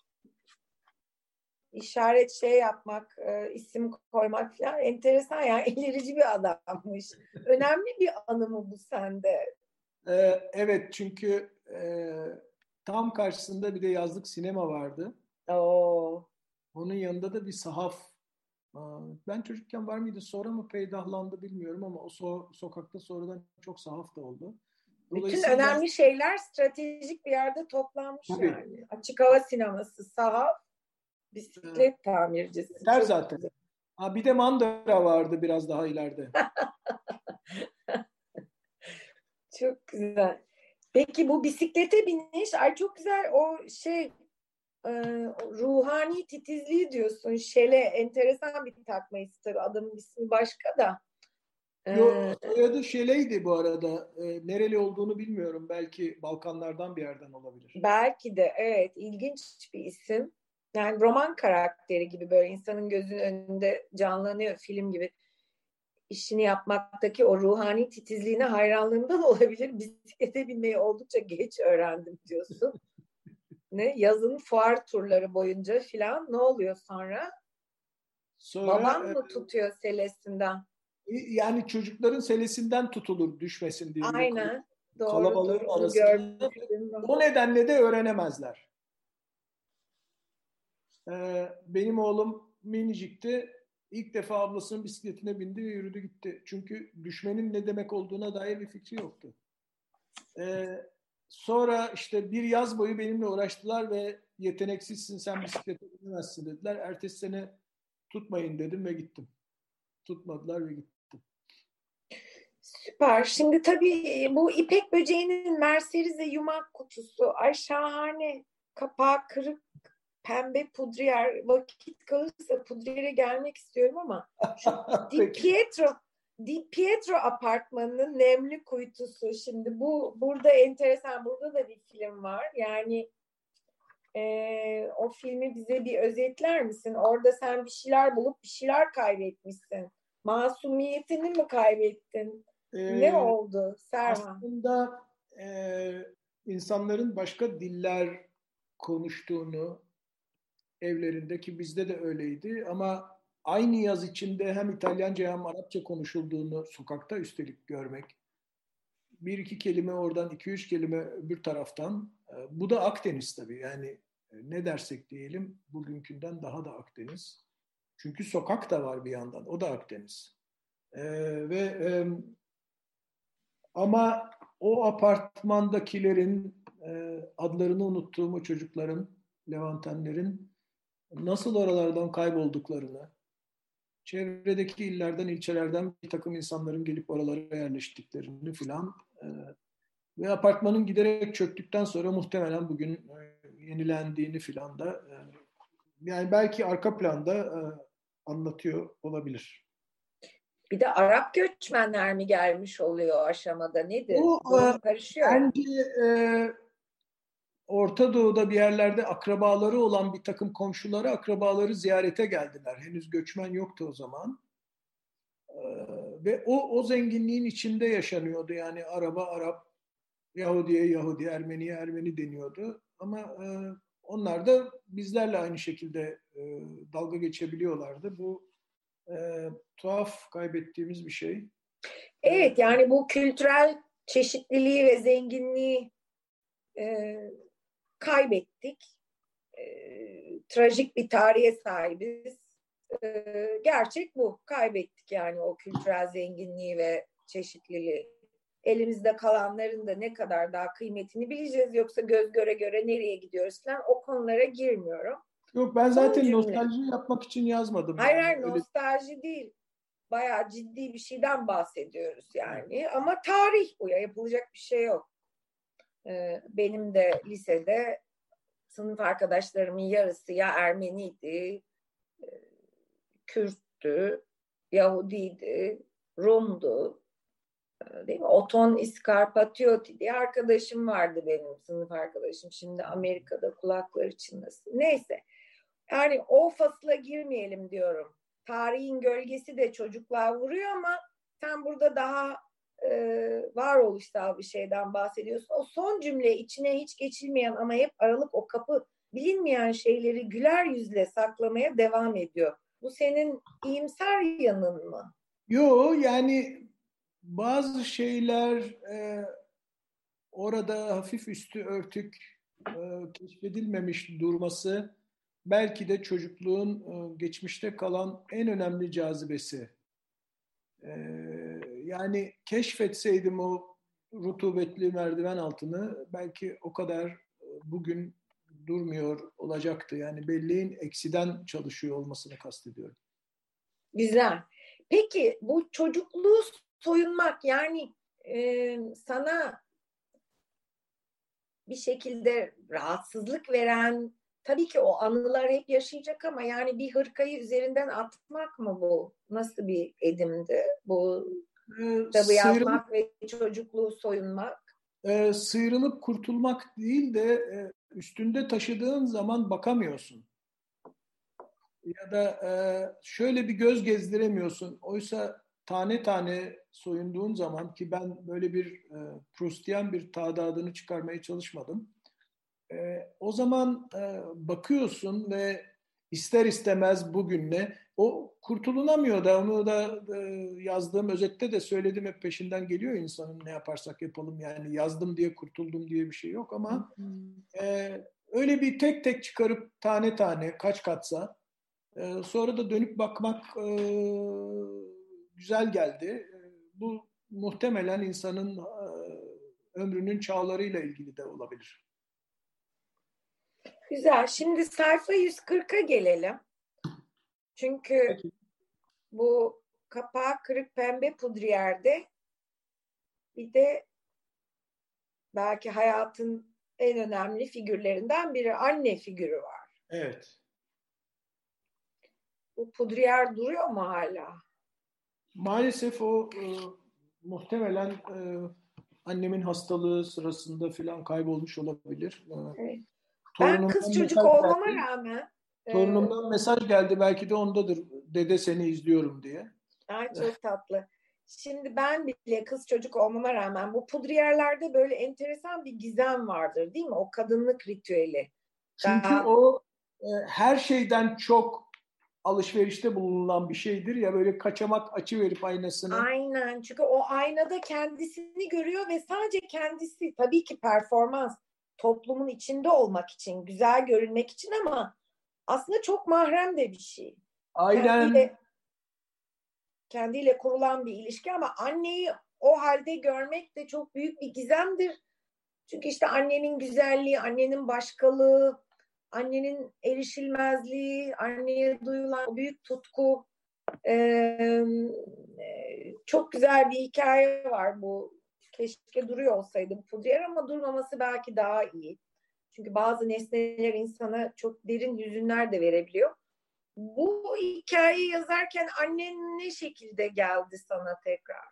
işaret şey yapmak, isim koymak falan enteresan yani ilerici bir adammış. Önemli bir anı mı bu sende? Evet çünkü tam karşısında bir de yazlık sinema vardı. Oo. Onun yanında da bir sahaf. Ben çocukken var mıydı sonra mı peydahlandı bilmiyorum ama o sokakta sonradan çok sahaf da oldu. Bütün Dolayısıyla önemli şeyler stratejik bir yerde toplanmış tabii yani. Açık hava sineması, sahaf, e, bisiklet tamircisi. yeter Çok zaten. güzel. Bir de mandıra vardı biraz daha ileride. Çok güzel. Peki bu bisiklete biniş, ay çok güzel o şey ruhani titizliği diyorsun. Şele enteresan bir takma ismi tabii adamın ismi başka da. Yo, soyadı Şele'ydi bu arada. Nereli olduğunu bilmiyorum. Belki Balkanlardan bir yerden olabilir. Belki de evet ilginç bir isim. Yani roman karakteri gibi böyle insanın gözünün önünde canlanıyor film gibi. İşini yapmaktaki o ruhani titizliğine hayranlığımdan olabilir. Bisiklete binmeyi oldukça geç öğrendim diyorsun. ne yazın fuar turları boyunca filan ne oluyor sonra? Sonra Baban mı tutuyor selesinden? yani çocukların selesinden tutulur düşmesin diye böyle Aynen. Doğrudur. kalabalığın Onu arasında. görmüştüm ben. O nedenle de öğrenemezler. Benim oğlum minicikti. İlk defa ablasının bisikletine bindi ve yürüdü gitti. Çünkü düşmenin ne demek olduğuna dair bir fikri yoktu. Sonra işte bir yaz boyu benimle uğraştılar ve yeteneksizsin, sen bisiklete binemezsin dediler. Ertesi sene tutmayın dedim ve gittim. Tutmadılar ve gittim. Süper. Şimdi tabii bu İpek Böceği'nin Merserize yumak kutusu. Ay şahane. Kapağı kırık pembe pudriyer. Vakit kalırsa pudriyere gelmek istiyorum ama şu Di Pietro apartmanının nemli kuytusu. Şimdi bu burada enteresan. Burada da bir film var. Yani o filmi bize bir özetler misin? Orada sen bir şeyler bulup bir şeyler kaybetmişsin. Masumiyetini mi kaybettin? Ne Ee, oldu Serhan? Aslında insanların başka diller konuştuğunu evlerinde, ki bizde de öyleydi, ama aynı yaz içinde hem İtalyanca hem Arapça konuşulduğunu sokakta üstelik görmek. Bir iki kelime oradan, iki üç kelime öbür taraftan. Bu da Akdeniz tabii. Yani ne dersek diyelim bugünkünden daha da Akdeniz. Çünkü sokak da var bir yandan. O da Akdeniz. Ve ama o apartmandakilerin adlarını unuttuğum o çocukların, Levantenlerin nasıl oralardan kaybolduklarını, çevredeki illerden, ilçelerden bir takım insanların gelip oralara yerleştiklerini filan ve apartmanın giderek çöktükten sonra muhtemelen bugün yenilendiğini filan da yani belki arka planda anlatıyor olabilir. Bir de Arap göçmenler mi gelmiş oluyor o aşamada? Nedir? Bu Doğru karışıyor ya. bence Orta Doğu'da bir yerlerde akrabaları olan bir takım komşuları akrabaları ziyarete geldiler. Henüz göçmen yoktu o zaman. Ve o zenginliğin içinde yaşanıyordu. Yani Arap'a Arap, Yahudi'ye Yahudi, Ermeni'ye Ermeni deniyordu. Ama onlar da bizlerle aynı şekilde dalga geçebiliyorlardı. Bu tuhaf, kaybettiğimiz bir şey. Evet, yani bu kültürel çeşitliliği ve zenginliği e, kaybettik. Trajik bir tarihe sahibiz. Gerçek bu. Kaybettik yani o kültürel zenginliği ve çeşitliliği. Elimizde kalanların da ne kadar daha kıymetini bileceğiz, yoksa göz göre göre nereye gidiyoruz falan, o konulara girmiyorum. Yok, ben Son zaten cümle. nostalji yapmak için yazmadım Hayır yani. hayır, Öyle. nostalji değil. Bayağı ciddi bir şeyden bahsediyoruz yani. Ama tarih bu ya, yapılacak bir şey yok. Benim de lisede sınıf arkadaşlarımın yarısı ya Ermeniydi, Kürttü, Yahudiydi, Rum'du. Değil mi? Oton Iskarpatioti diye arkadaşım vardı, benim sınıf arkadaşım. Şimdi Amerika'da, kulakları çınlasın. Neyse. Yani o fasıla girmeyelim diyorum. Tarihin gölgesi de çocukluğa vuruyor ama sen burada daha varoluşsal bir şeyden bahsediyorsun. O son cümle içine hiç geçilmeyen ama hep aralık o kapı, bilinmeyen şeyleri güler yüzle saklamaya devam ediyor. Bu senin iyimser yanın mı? Yo, yani bazı şeyler orada hafif üstü örtük keşfedilmemiş durması belki de çocukluğun geçmişte kalan en önemli cazibesi. E, Yani keşfetseydim o rutubetli merdiven altını belki o kadar bugün durmuyor olacaktı. Yani belleğin eksiden çalışıyor olmasını kastediyorum. Güzel. Peki bu çocukluğu soyunmak, yani sana bir şekilde rahatsızlık veren, tabii ki o anılar hep yaşayacak ama yani bir hırkayı üzerinden atmak mı bu? Nasıl bir edimdi bu kitabı Sıyrılıp yazmak ve çocukluğu soyunmak? sıyrılıp kurtulmak değil de üstünde taşıdığın zaman bakamıyorsun. Ya da şöyle bir göz gezdiremiyorsun. Oysa tane tane soyunduğun zaman, ki ben böyle bir Proustiyen bir tadadını çıkarmaya çalışmadım. O zaman bakıyorsun ve ister istemez bugünle o kurtulunamıyor da onu da yazdığım özette de söyledim, hep peşinden geliyor insanın, ne yaparsak yapalım yani, yazdım diye kurtuldum diye bir şey yok ama öyle bir tek tek çıkarıp tane tane kaç katsa sonra da dönüp bakmak güzel geldi. Bu muhtemelen insanın ömrünün çağlarıyla ilgili de olabilir. Güzel. Şimdi sayfa 140'a gelelim. Çünkü Peki. bu kapağı kırık pembe pudriyerde bir de belki hayatın en önemli figürlerinden biri, anne figürü var. Evet. Bu pudriyer duruyor mu hala? Maalesef o muhtemelen annemin hastalığı sırasında filan kaybolmuş olabilir. Evet. Ben kız Torunumdan çocuk mesaj olmama geldi. rağmen Torunumdan mesaj geldi, belki de ondadır. Dede seni izliyorum diye. ay çok tatlı. Şimdi ben bile kız çocuk olmama rağmen bu pudriyerlerde böyle enteresan bir gizem vardır, değil mi? O kadınlık ritüeli. Çünkü o her şeyden çok alışverişte bulunan bir şeydir ya, böyle kaçamak açıverip aynasını. Aynen, çünkü o aynada kendisini görüyor ve sadece kendisi, tabii ki performans, toplumun içinde olmak için, güzel görünmek için, ama aslında çok mahrem de bir şey. Aynen. Kendiyle kurulan bir ilişki, ama anneyi o halde görmek de çok büyük bir gizemdir. Çünkü işte annenin güzelliği, annenin başkalığı, annenin erişilmezliği, anneye duyulan büyük tutku. Çok güzel bir hikaye var bu. Keşke duruyor olsaydı bu pudriyer, ama durmaması belki daha iyi. Çünkü bazı nesneler insana çok derin hüzünler de verebiliyor. Bu hikayeyi yazarken annen ne şekilde geldi sana tekrar?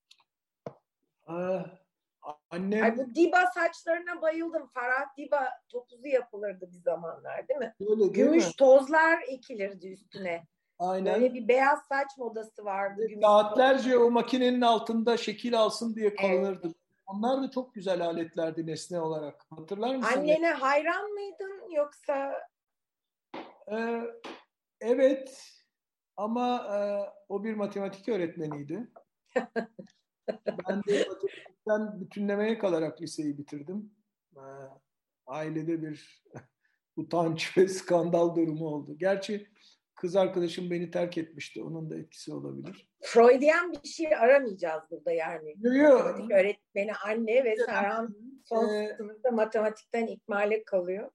Ay, Annem bu diba saçlarına bayıldım. Farah Diba topuzu yapılırdı bir zamanlar, değil mi? öyle değil mi? Gümüş tozlar ekilirdi üstüne. Böyle Aynen. bir beyaz saç modası vardı, gümüş toz. Saatlerce o makinenin altında şekil alsın diye Evet. kalınırdı. Onlar da çok güzel aletlerdi nesne olarak. Hatırlar mısın? Annene hayran mıydın yoksa? Ee, evet, ama o bir matematik öğretmeniydi. Ben de matematikten bütünlemeye kalarak liseyi bitirdim. Ailede bir utanç ve skandal durumu oldu. Gerçi kız arkadaşım beni terk etmişti. Onun da etkisi olabilir. Freudian bir şey aramayacağız burada yani. Yok. Matematik öğretmeni anne ve Serhan son Ee, sınıfta matematikten ikmale kalıyor.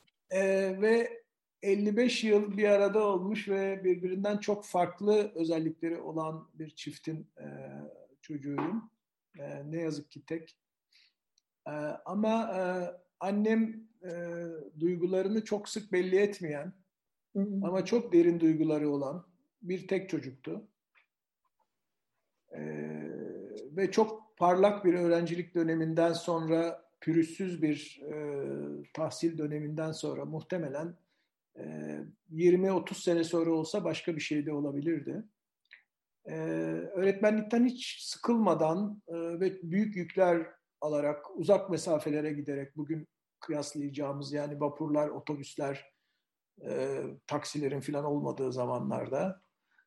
ve 55 yıl bir arada olmuş ve birbirinden çok farklı özellikleri olan bir çiftin çocuğuyum. Ne yazık ki tek. E, ama annem duygularını çok sık belli etmeyen ama çok derin duyguları olan bir tek çocuktu. E, ve çok parlak bir öğrencilik döneminden sonra, pürüzsüz bir tahsil döneminden sonra, muhtemelen 20-30 sene sonra olsa başka bir şey de olabilirdi. Öğretmenlikten hiç sıkılmadan ve büyük yükler alarak, uzak mesafelere giderek, bugün kıyaslayacağımız yani vapurlar, otobüsler, taksilerin falan olmadığı zamanlarda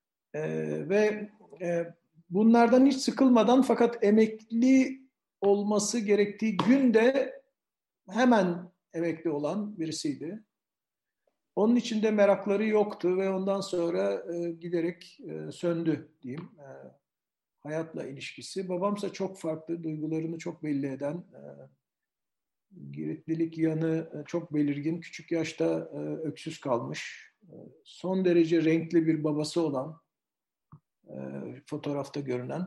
ve bunlardan hiç sıkılmadan, fakat emekli olması gerektiği günde hemen emekli olan birisiydi. Onun içinde merakları yoktu ve ondan sonra giderek söndü diyeyim hayatla ilişkisi. Babamsa çok farklı, duygularını çok belli eden, giritlilik yanı çok belirgin. Küçük yaşta öksüz kalmış. Son derece renkli bir babası olan, fotoğrafta görünen.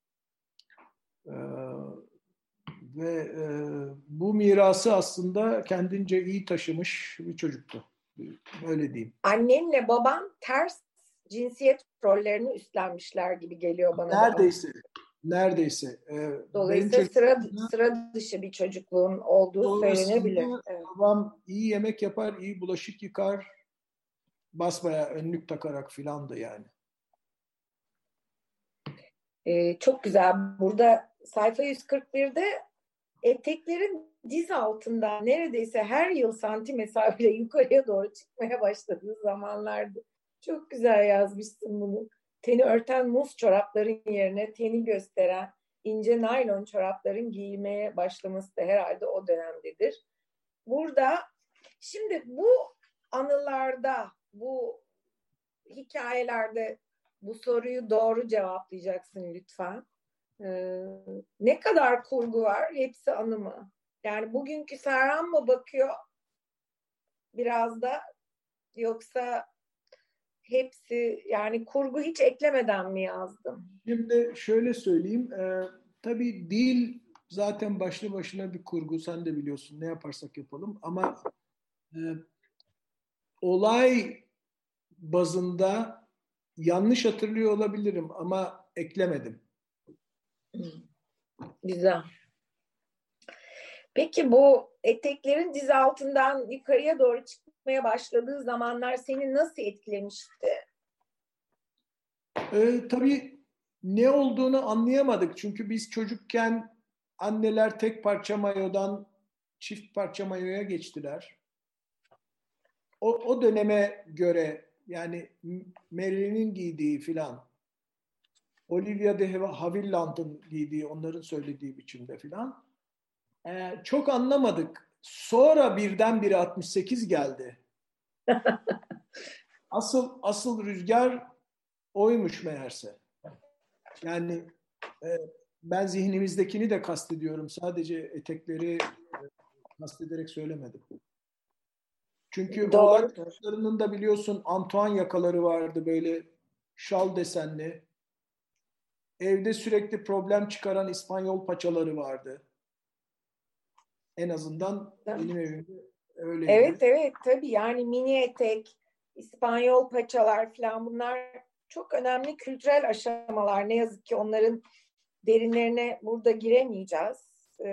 Ve bu mirası aslında kendince iyi taşımış bir çocuktu. Öyle diyeyim. Annenle baban ters cinsiyet rollerini üstlenmişler gibi geliyor bana. Neredeyse. Neredeyse. Dolayısıyla sıra dışı bir çocukluğun olduğu söylenebilir. Evet. Babam iyi yemek yapar, iyi bulaşık yıkar, basbayağı önlük takarak filan da yani. Çok güzel. Burada sayfa 141'de eteklerin diz altından neredeyse her yıl santim mesafeyle yukarıya doğru çıkmaya başladığı zamanlardı. Çok güzel yazmışsın bunu. Teni örten muz çorapların yerine teni gösteren ince naylon çorapların giyilmeye başlaması da herhalde o dönemdedir. Burada şimdi bu anılarda, bu hikayelerde bu soruyu doğru cevaplayacaksın lütfen. Ne kadar kurgu var? Hepsi anı mı? Yani bugünkü Serhan mı bakıyor biraz da, yoksa hepsi, yani kurgu hiç eklemeden mi yazdım? Şimdi şöyle söyleyeyim. Tabii dil zaten başlı başına bir kurgu. Sen de biliyorsun, ne yaparsak yapalım. Ama e, olay bazında yanlış hatırlıyor olabilirim ama eklemedim. Güzel. Peki bu eteklerin diz altından yukarıya doğru çıkmaya başladığı zamanlar seni nasıl etkilemişti? Tabii ne olduğunu anlayamadık. Çünkü biz çocukken anneler tek parça mayodan çift parça mayoya geçtiler. O döneme göre, yani Marilyn'in giydiği filan, Olivia de Havilland'ın giydiği, onların söylediği biçimde filan. Çok anlamadık. Sonra birdenbire 68 geldi. Asıl rüzgar oymuş meğerse. Yani e, ben zihnimizdekini de kastediyorum. Sadece etekleri kastederek söylemedim. Çünkü oğlak Doğrudur. çocuklarının da biliyorsun Antoine yakaları vardı, böyle şal desenli. Evde sürekli problem çıkaran İspanyol paçaları vardı. En azından benim evimde öyleydi. Evet, evet, tabii, yani mini etek, İspanyol paçalar falan, bunlar çok önemli kültürel aşamalar. Ne yazık ki onların derinlerine burada giremeyeceğiz.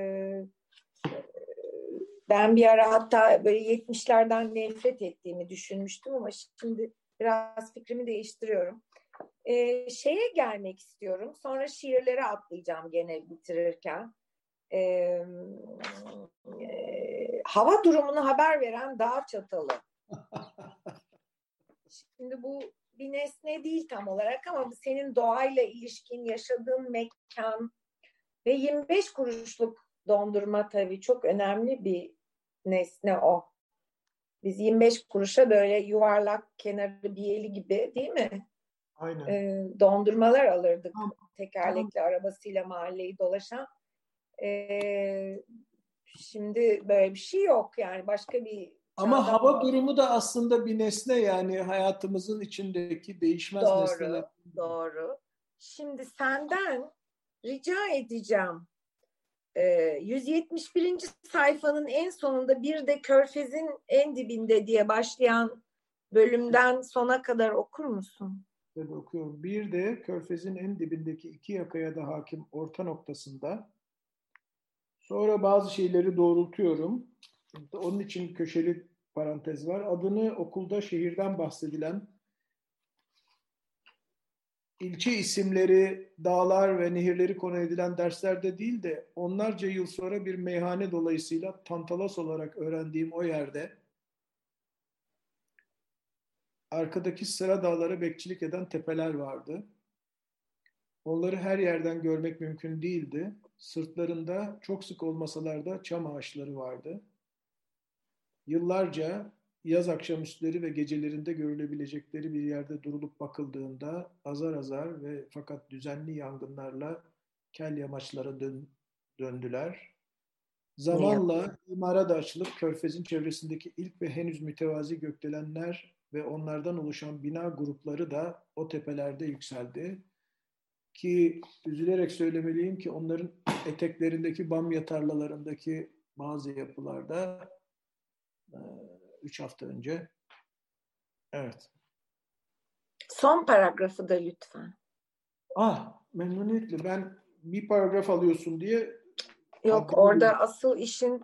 Ben bir ara hatta böyle 70'lerden nefret ettiğimi düşünmüştüm ama şimdi biraz fikrimi değiştiriyorum. Şeye gelmek istiyorum. Sonra şiirlere atlayacağım gene bitirirken. Ee, Hava durumunu haber veren dağ çatalı. Şimdi bu bir nesne değil tam olarak ama senin doğayla ilişkin, yaşadığın mekan ve 25 kuruşluk dondurma tabii çok önemli bir nesne o. Biz 25 kuruşa böyle yuvarlak kenarı biyeli gibi, değil mi? Aynen. Dondurmalar alırdık. Tam, tam. Tekerlekli arabasıyla mahalleyi dolaşan. Şimdi böyle bir şey yok, yani başka bir Ama çağdan hava bahsediyoruz. durumu da aslında bir nesne, yani hayatımızın içindeki değişmez nesneler. Doğru, doğru. Şimdi senden rica edeceğim. 171. sayfanın en sonunda bir de Körfez'in en dibinde diye başlayan bölümden sona kadar okur musun? Tabii okuyorum. Bir de Körfez'in en dibindeki iki yakaya da hakim orta noktasında. Sonra bazı şeyleri doğrultuyorum. Onun için köşeli parantez var. Adını okulda şehirden bahsedilen, ilçe isimleri, dağlar ve nehirleri konu edilen derslerde değil de onlarca yıl sonra bir meyhane dolayısıyla Tantalas olarak öğrendiğim o yerde arkadaki sıra dağlara bekçilik eden tepeler vardı. Onları her yerden görmek mümkün değildi. Sırtlarında çok sık olmasalar da çam ağaçları vardı. Yıllarca yaz akşamüstleri ve gecelerinde görülebilecekleri bir yerde durulup bakıldığında azar azar ve fakat düzenli yangınlarla kel yamaçlara döndüler. Ne yazık. Zamanla imara da açılıp Körfez'in çevresindeki ilk ve henüz mütevazi gökdelenler ve onlardan oluşan bina grupları da o tepelerde yükseldi. Ki üzülerek söylemeliyim ki onların eteklerindeki bamya tarlalarındaki bazı yapılarda 3 hafta önce. Evet. Son paragrafı da lütfen. Memnuniyetle. Ben bir paragraf alıyorsun diye Yok, haddimi bildim. orada asıl işin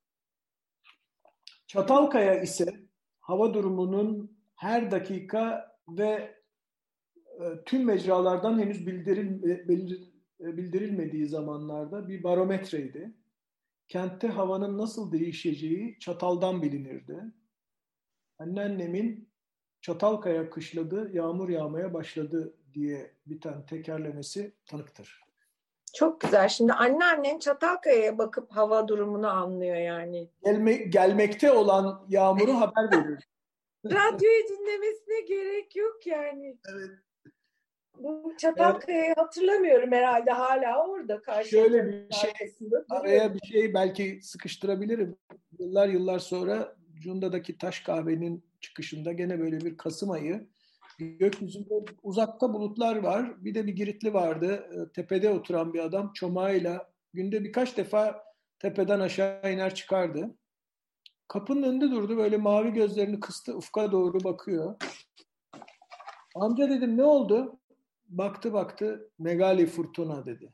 Çatalkaya ise hava durumunun her dakika ve tüm mecralardan henüz bildirilmediği zamanlarda bir barometreydi. kentte havanın nasıl değişeceği Çatal'dan bilinirdi. Anneannemin Çatalkaya kışladı, yağmur yağmaya başladı diye biten tekerlemesi tanıktır. Çok güzel. Şimdi anneannen Çatalkaya'ya bakıp hava durumunu anlıyor yani. Gelmekte olan yağmuru haber verir. Radyoyu dinlemesine gerek yok yani. Evet. Bu Çatalkaya'yı hatırlamıyorum herhalde, hala orada Şöyle bir şey, arkasında araya bir şey belki sıkıştırabilirim. Yıllar sonra Cunda'daki Taş Kahve'nin çıkışında gene böyle bir Kasım ayı, gökyüzünde uzakta bulutlar var. Bir de bir Giritli vardı. Tepede oturan bir adam çomağıyla günde birkaç defa tepeden aşağı iner çıkardı. Kapının önünde durdu, böyle mavi gözlerini kıstı, ufka doğru bakıyor. Amca dedim, ne oldu? Baktı, Megali Fırtına dedi.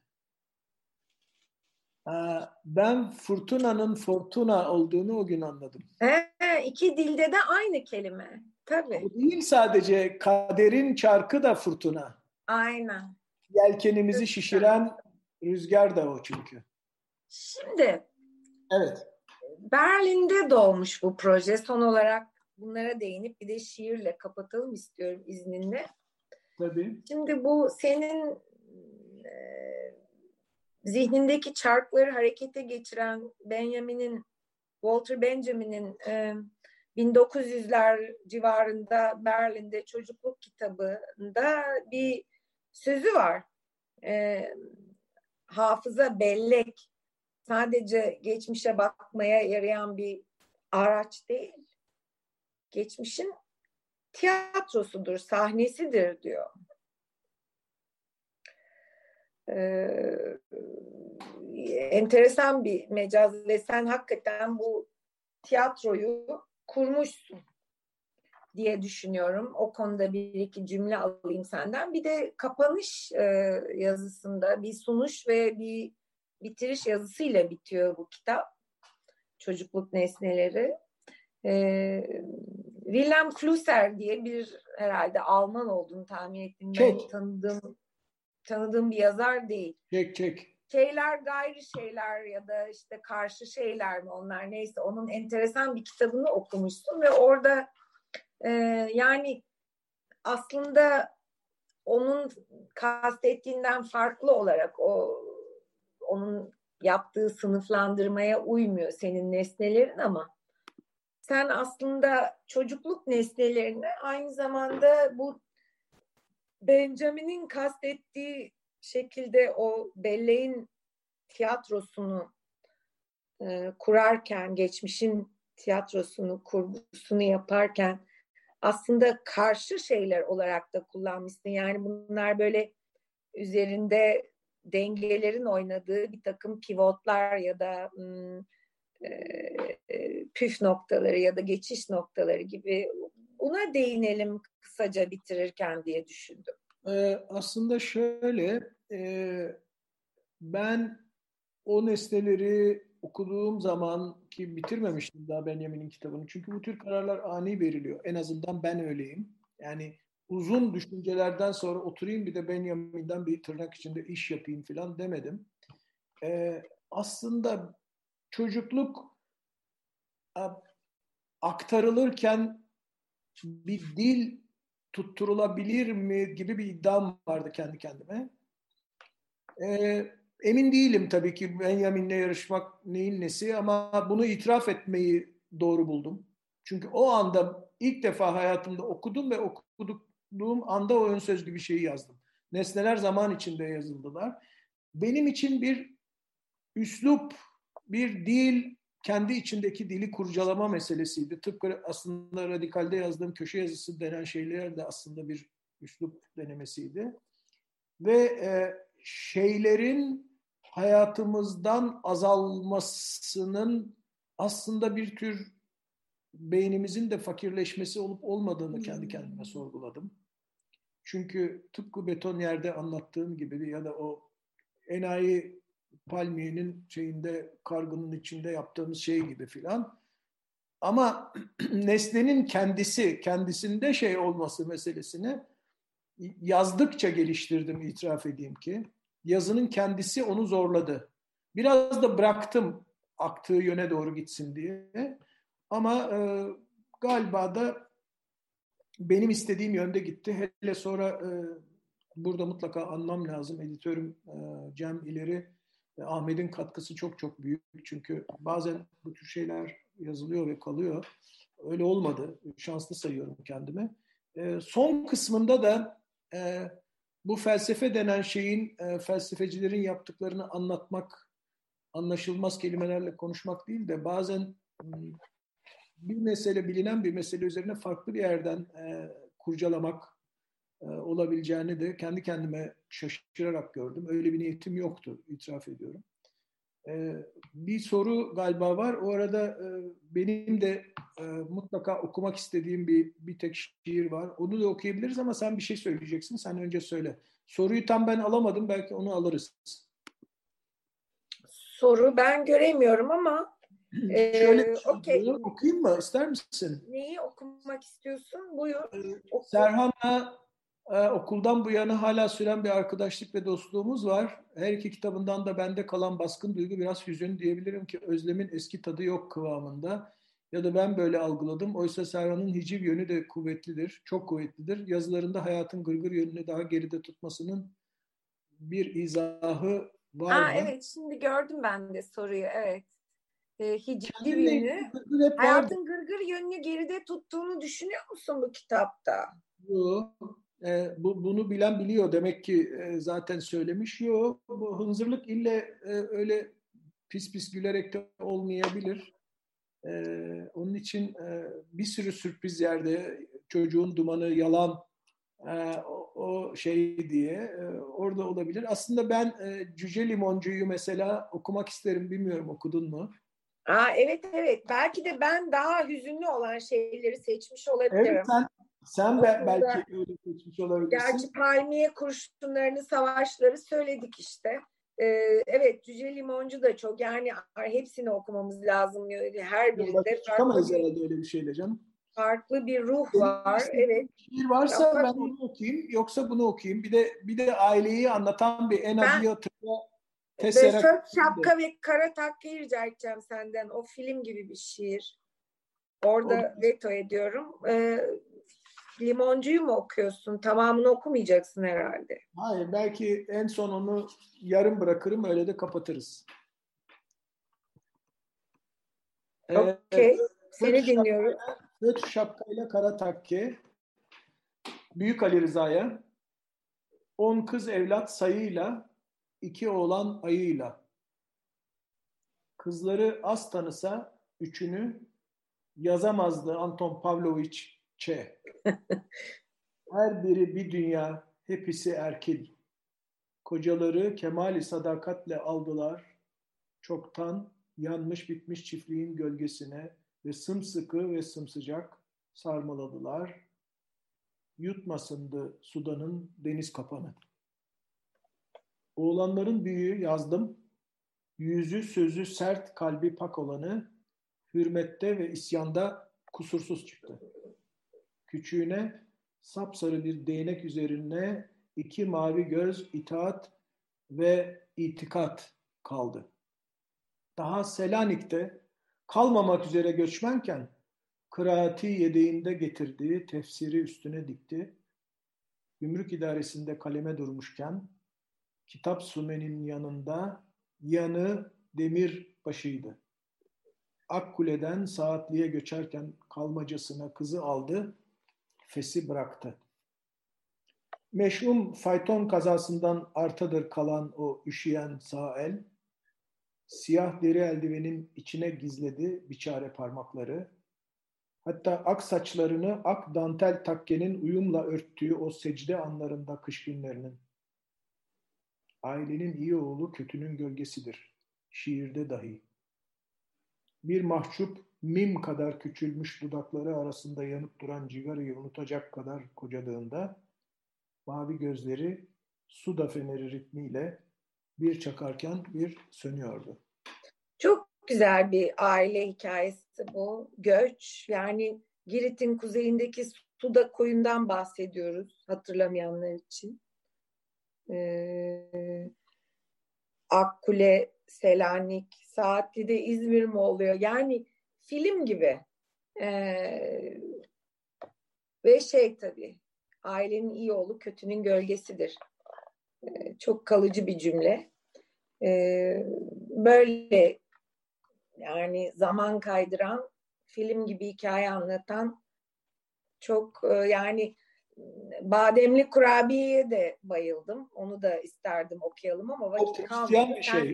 Ben fırtınanın fortuna olduğunu o gün anladım. İki dilde de aynı kelime. Tabii. Bu değil sadece, kaderin çarkı da fırtına. Aynen. Yelkenimizi şişiren rüzgar da o çünkü. Şimdi evet. Berlin'de doğmuş bu proje. Son olarak bunlara değinip bir de şiirle kapatalım istiyorum izninle. Tabii. Şimdi bu senin zihnindeki çarkları harekete geçiren Walter Benjamin'in 1900'ler civarında Berlin'de çocukluk kitabında bir sözü var. Hafıza bellek sadece geçmişe bakmaya yarayan bir araç değil. Geçmişin tiyatrosudur, sahnesidir diyor. Enteresan bir mecaz ve sen hakikaten bu tiyatroyu kurmuşsun diye düşünüyorum. O konuda bir iki cümle alayım senden. Bir de kapanış yazısında bir sunuş ve bir bitiriş yazısıyla bitiyor bu kitap. Çocukluk nesneleri. Wilhelm Flusser diye bir, herhalde Alman olduğunu tahmin ettim. Ben tanıdığım bir yazar değil. Çek. Şeyler gayri şeyler ya da işte karşı şeyler mi onlar, neyse, onun enteresan bir kitabını okumuştum ve orada yani aslında onun kastettiğinden farklı olarak onun yaptığı sınıflandırmaya uymuyor senin nesnelerin, ama sen aslında çocukluk nesnelerini aynı zamanda bu Benjamin'in kastettiği şekilde o belleğin tiyatrosunu kurarken, geçmişin tiyatrosunu, kurgusunu yaparken aslında karşı şeyler olarak da kullanmışsın. Yani bunlar böyle üzerinde dengelerin oynadığı bir takım pivotlar ya da püf noktaları ya da geçiş noktaları gibi, buna değinelim kısaca bitirirken diye düşündüm. Aslında şöyle, ben o nesneleri okuduğum zaman, ki bitirmemiştim daha Benjamin'in kitabını. Çünkü bu tür kararlar ani veriliyor. En azından ben öyleyim. Yani uzun düşüncelerden sonra oturayım bir de Benjamin'den bir tırnak içinde iş yapayım falan demedim. Aslında çocukluk aktarılırken bir dil tutturulabilir mi gibi bir iddiam vardı kendi kendime. Emin değilim tabii ki Benjamin'le yarışmak neyin nesi, ama bunu itiraf etmeyi doğru buldum. Çünkü o anda ilk defa hayatımda okudum ve okuduğum anda o ön söz gibi şeyi yazdım. Nesneler zaman içinde yazıldılar. Benim için bir üslup, bir dil, kendi içindeki dili kurcalama meselesiydi. Tıpkı aslında Radikal'de yazdığım köşe yazısı denen şeyler de aslında bir üslup denemesiydi. Ve şeylerin hayatımızdan azalmasının aslında bir tür beynimizin de fakirleşmesi olup olmadığını kendi kendime sorguladım. Çünkü tıpkı beton yerde anlattığım gibi ya da o enayi palmiyenin şeyinde, kargının içinde yaptığımız şey gibi filan. Ama nesnenin kendisinde şey olması meselesini yazdıkça geliştirdim, itiraf edeyim ki. Yazının kendisi onu zorladı. Biraz da bıraktım. aktığı yöne doğru gitsin diye. Ama galiba da benim istediğim yönde gitti. Hele sonra burada mutlaka anmam lazım. Editörüm Cem İleri, Ahmet'in katkısı çok çok büyük. Çünkü bazen bu tür şeyler yazılıyor ve kalıyor. Öyle olmadı. Şanslı sayıyorum kendimi. Son kısmında da bu felsefe denen şeyin felsefecilerin yaptıklarını anlatmak, anlaşılmaz kelimelerle konuşmak değil de bazen bir mesele, bilinen bir mesele üzerine farklı bir yerden kurcalamak olabileceğini de kendi kendime şaşırarak gördüm. Öyle bir niyetim yoktu, itiraf ediyorum. Bir soru galiba var. O arada benim de mutlaka okumak istediğim bir tek şiir var. Onu da okuyabiliriz ama sen bir şey söyleyeceksin. Sen önce söyle. Soruyu tam ben alamadım. Belki onu alırız. Soru ben göremiyorum ama Şöyle okey. okuyayım mı? İster misin? Neyi okumak istiyorsun? Buyur. Serhan'la okuldan bu yana hala süren bir arkadaşlık ve dostluğumuz var. Her iki kitabından da bende kalan baskın duygu biraz hüzün, diyebilirim ki özlemin eski tadı yok kıvamında. Ya da ben böyle algıladım. Oysa Serhan'ın hiciv yönü de kuvvetlidir, çok kuvvetlidir. Yazılarında hayatın gırgır yönünü daha geride tutmasının bir izahı var mı? Evet, şimdi gördüm ben de soruyu. Evet. Hiciv Kendinle yönü. ilgili gırgır hep vardı. Hayatın gırgır yönünü geride tuttuğunu düşünüyor musun bu kitapta? Yok. Bunu bilen biliyor. Demek ki zaten söylemiş. Yok. Bu hınzırlık ille öyle pis pis gülerek de olmayabilir. Onun için bir sürü sürpriz yerde çocuğun dumanı yalan o şey diye orada olabilir. Aslında ben Cüce Limoncu'yu mesela okumak isterim. Bilmiyorum, okudun mu? Evet evet. Belki de ben daha hüzünlü olan şeyleri seçmiş Evet, olabilirim. sen belki Okulda öyle seçmiş olabilirsin. gerçi palmiye kurşunlarını, savaşları söyledik işte. Evet, Cüce Limoncu da çok. Yani hepsini okumamız lazım. Her Başa birinde çıkamayız herhalde öyle bir şeyle canım. farklı bir ruh Senin var. Evet. istediğin şiir varsa ben Ama onu okuyayım, yoksa bunu okuyayım. Bir de aileyi anlatan bir En ben Addio Tessera Söz de. Şapka ve Kara Takka'yı rica edeceğim senden. O film gibi bir şiir. O, Orada veto ediyorum. Limoncuyu mu okuyorsun? Tamamını okumayacaksın herhalde. hayır, belki en son onu yarım bırakırım, öyle de kapatırız. Ee, Okey. Föt Seni dinliyoruz. Şapkayla Kara Takke, Büyük Ali Rıza'ya, 10 kız evlat sayıyla, 2 oğlan ayıyla. Kızları az tanısa üçünü, yazamazdı Anton Pavlovich Ç. Her biri bir dünya, hepsi erkil. Kocaları kemali sadakatle aldılar. Çoktan yanmış bitmiş çiftliğin gölgesine ve sımsıkı ve sımsıcak sarmaladılar. Yutmasındı Sudan'ın deniz kapanı. Oğlanların büyüğü yazdım. Yüzü sözü sert, kalbi pak olanı hürmette ve isyanda kusursuz çıktı. Küçüğüne sapsarı bir değnek üzerine 2 mavi göz, itaat ve itikat kaldı. Daha Selanik'te kalmamak üzere göçmenken kıraati yedeğinde getirdiği tefsiri üstüne dikti. Gümrük idaresinde kaleme durmuşken kitap sümenin yanında yanı demir başıydı. Akkule'den Saatli'ye göçerken kalmacasına kızı aldı, fesi bıraktı. Meşhum fayton kazasından artadır kalan o üşüyen sağ el, siyah deri eldivenin içine gizledi biçare parmakları. Hatta ak saçlarını ak dantel takkenin uyumla örttüğü o secde anlarında kış günlerinin. Ailenin iyi oğlu kötünün gölgesidir. Şiirde dahi. Bir mahcup mim kadar küçülmüş dudakları arasında yanıp duran cigarayı unutacak kadar kocadığında mavi gözleri suda feneri ritmiyle bir çakarken bir sönüyordu. Çok güzel bir aile hikayesi bu. Göç, yani Girit'in kuzeyindeki Suda koyundan bahsediyoruz hatırlamayanlar için. Akkule Selanik, Saatli'de İzmir mi oluyor? Yani film gibi. Ve tabii, ailenin iyi oğlu kötünün gölgesidir. Çok kalıcı bir cümle. Böyle yani zaman kaydıran, film gibi hikaye anlatan çok yani Bademli Kurabiye'ye de bayıldım. Onu da isterdim okuyalım ama O vakit kalmadı. Hristiyan bir şey.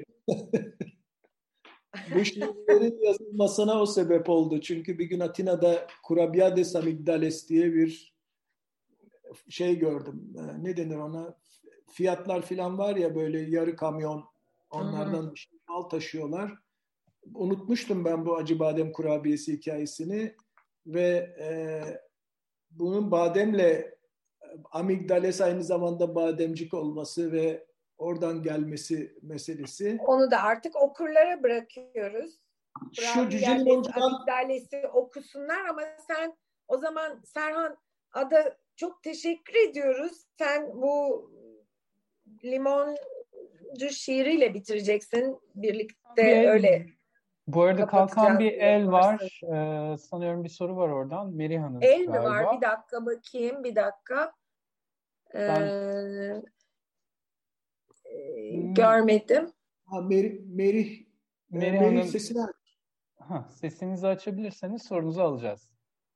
Bu şiirlerin yazılmasına o sebep oldu. Çünkü bir gün Atina'da Kurabiades Amigdales diye bir şey gördüm. Ne denir ona? Fiyatlar falan var ya, böyle yarı kamyon, Hı-hı. onlardan bir şey mal taşıyorlar. Unutmuştum ben bu Acıbadem kurabiyesi hikayesini ve bunun bademle amigdales aynı zamanda bademcik olması ve oradan gelmesi meselesi. Onu da artık okurlara bırakıyoruz. Şu Cüce Kurabiye'de Limoncu'dan amigdalesi okusunlar ama sen o zaman Serhan Ada çok teşekkür ediyoruz. Sen bu limoncu şiiriyle bitireceksin. Bir Birlikte el, öyle bu arada kalkan kapatacağız bir diye el yaparsın. var. Sanıyorum bir soru var oradan. Meriha'nın El mi var? Bir galiba. dakika bakayım. Bir dakika. Ben Görmedim. Merih Meriha'nın sesini aç. sesinizi açabilirseniz sorunuzu alacağız.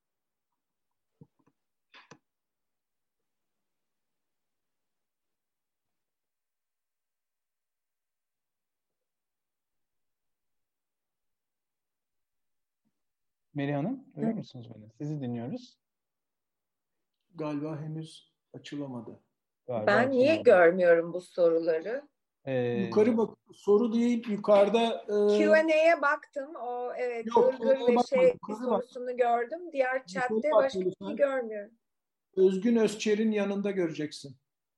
Merih Hanım, duyuyor musunuz beni? Sizi dinliyoruz. Galiba henüz açılamadı. Galiba Ben niye açılmadı. görmüyorum bu soruları? Yukarı bak, soru değil, yukarıda Q&A'ye baktım. O evet, yok, Irgır Q&A'ya ve bakma, bir yukarı bak. sorusunu gördüm. Diğer Yukarı chatte bak başka bir şey lütfen. görmüyorum. Özgün Özçer'in yanında göreceksin.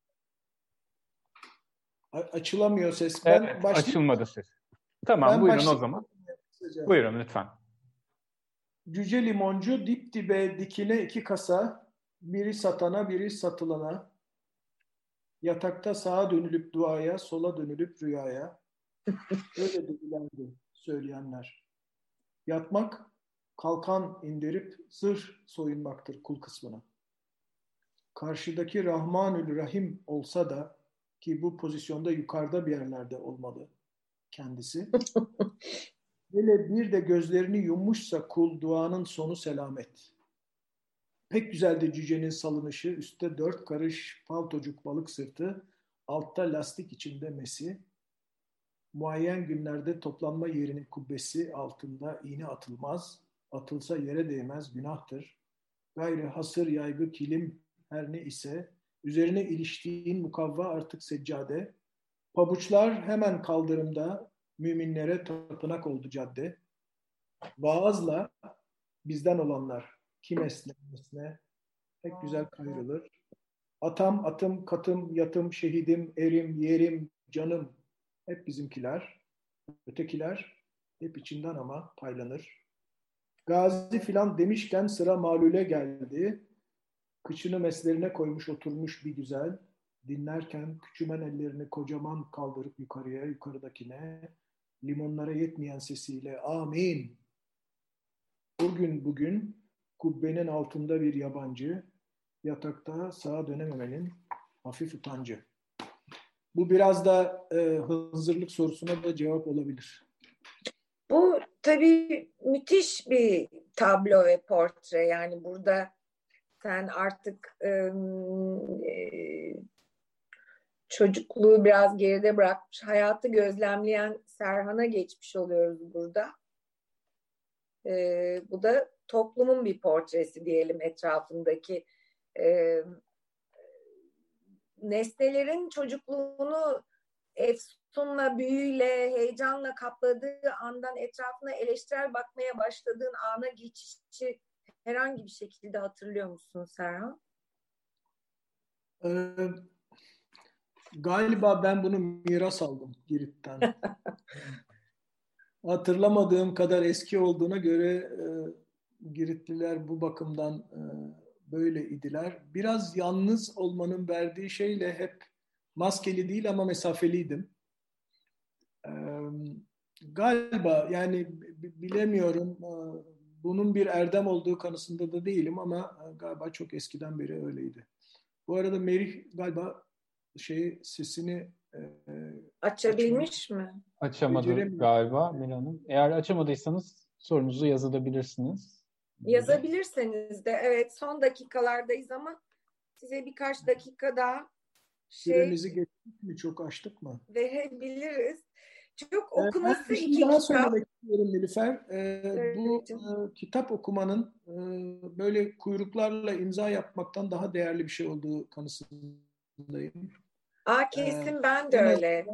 Açılamıyor ses. Evet, Ben başlayayım. açılmadı ses. Tamam, Ben buyurun o başlayayım. zaman. Buyurun lütfen. Cüce limoncu dip dibe dikine iki kasa, biri satana biri satılana, yatakta sağa dönülüp duaya, sola dönülüp rüyaya. Öyle dedilerdi söyleyenler. Yatmak, kalkan indirip zırh soyunmaktır kul kısmına. Karşıdaki Rahmanül Rahim olsa da, ki bu pozisyonda yukarıda bir yerlerde olmalı kendisi. Hele bir de gözlerini yummuşsa kul, duanın sonu selamet. Pek güzeldi cücenin salınışı, üstte 4 karış paltocuk balık sırtı, altta lastik içinde mesi. Muayyen günlerde toplanma yerinin kubbesi altında iğne atılmaz, atılsa yere değmez, günahtır. Gayrı hasır yaygı kilim her ne ise, üzerine iliştiğin mukavva artık seccade, pabuçlar hemen kaldırımda, müminlere tapınak oldu cadde. Vaazla bizden olanlar kim esne esne pek güzel kayrılır. Atam, atım, katım, yatım, şehidim, erim, yerim, canım hep bizimkiler. Ötekiler hep içinden ama paylanır. Gazi filan demişken sıra Malule geldi. Kıçını meslerine koymuş oturmuş bir güzel. Dinlerken küçümen ellerini kocaman kaldırıp yukarıya, yukarıdakine, limonlara yetmeyen sesiyle amin. Bugün kubbenin altında bir yabancı, yatakta sağa dönememenin hafif utancı. Bu biraz da hazırlık sorusuna da cevap olabilir. Bu tabii müthiş bir tablo ve portre. Yani burada sen artık çocukluğu biraz geride bırakmış, hayatı gözlemleyen Serhan'a geçmiş oluyoruz burada. Bu da toplumun bir portresi diyelim, etrafındaki nesnelerin çocukluğunu efsunla, büyüyle, heyecanla kapladığı andan etrafına eleştirel bakmaya başladığın ana geçişi herhangi bir şekilde hatırlıyor musun Serhan? Galiba ben bunu miras aldım Girit'ten. Hatırlamadığım kadar eski olduğuna göre Giritliler bu bakımdan böyle idiler. Biraz yalnız olmanın verdiği şeyle hep maskeli değil ama mesafeliydim. Galiba yani bilemiyorum. Bunun bir erdem olduğu kanısında da değilim ama galiba çok eskiden beri öyleydi. Bu arada Merih galiba sesini açabilmiş mi? Açamadı galiba Mira Hanım. Eğer açamadıysanız sorunuzu yazabilirsiniz. Yazabilirseniz de evet, son dakikalardayız ama size birkaç dakika daha süremizi geçtik mi? Çok açtık mı? verebiliriz. Çok okuması Ben bir şey iki daha kitap. söylemek istiyorum Nilüfer. Bu kitap okumanın böyle kuyruklarla imza yapmaktan daha değerli bir şey olduğu kanısındayım. Kesin ben de öyle.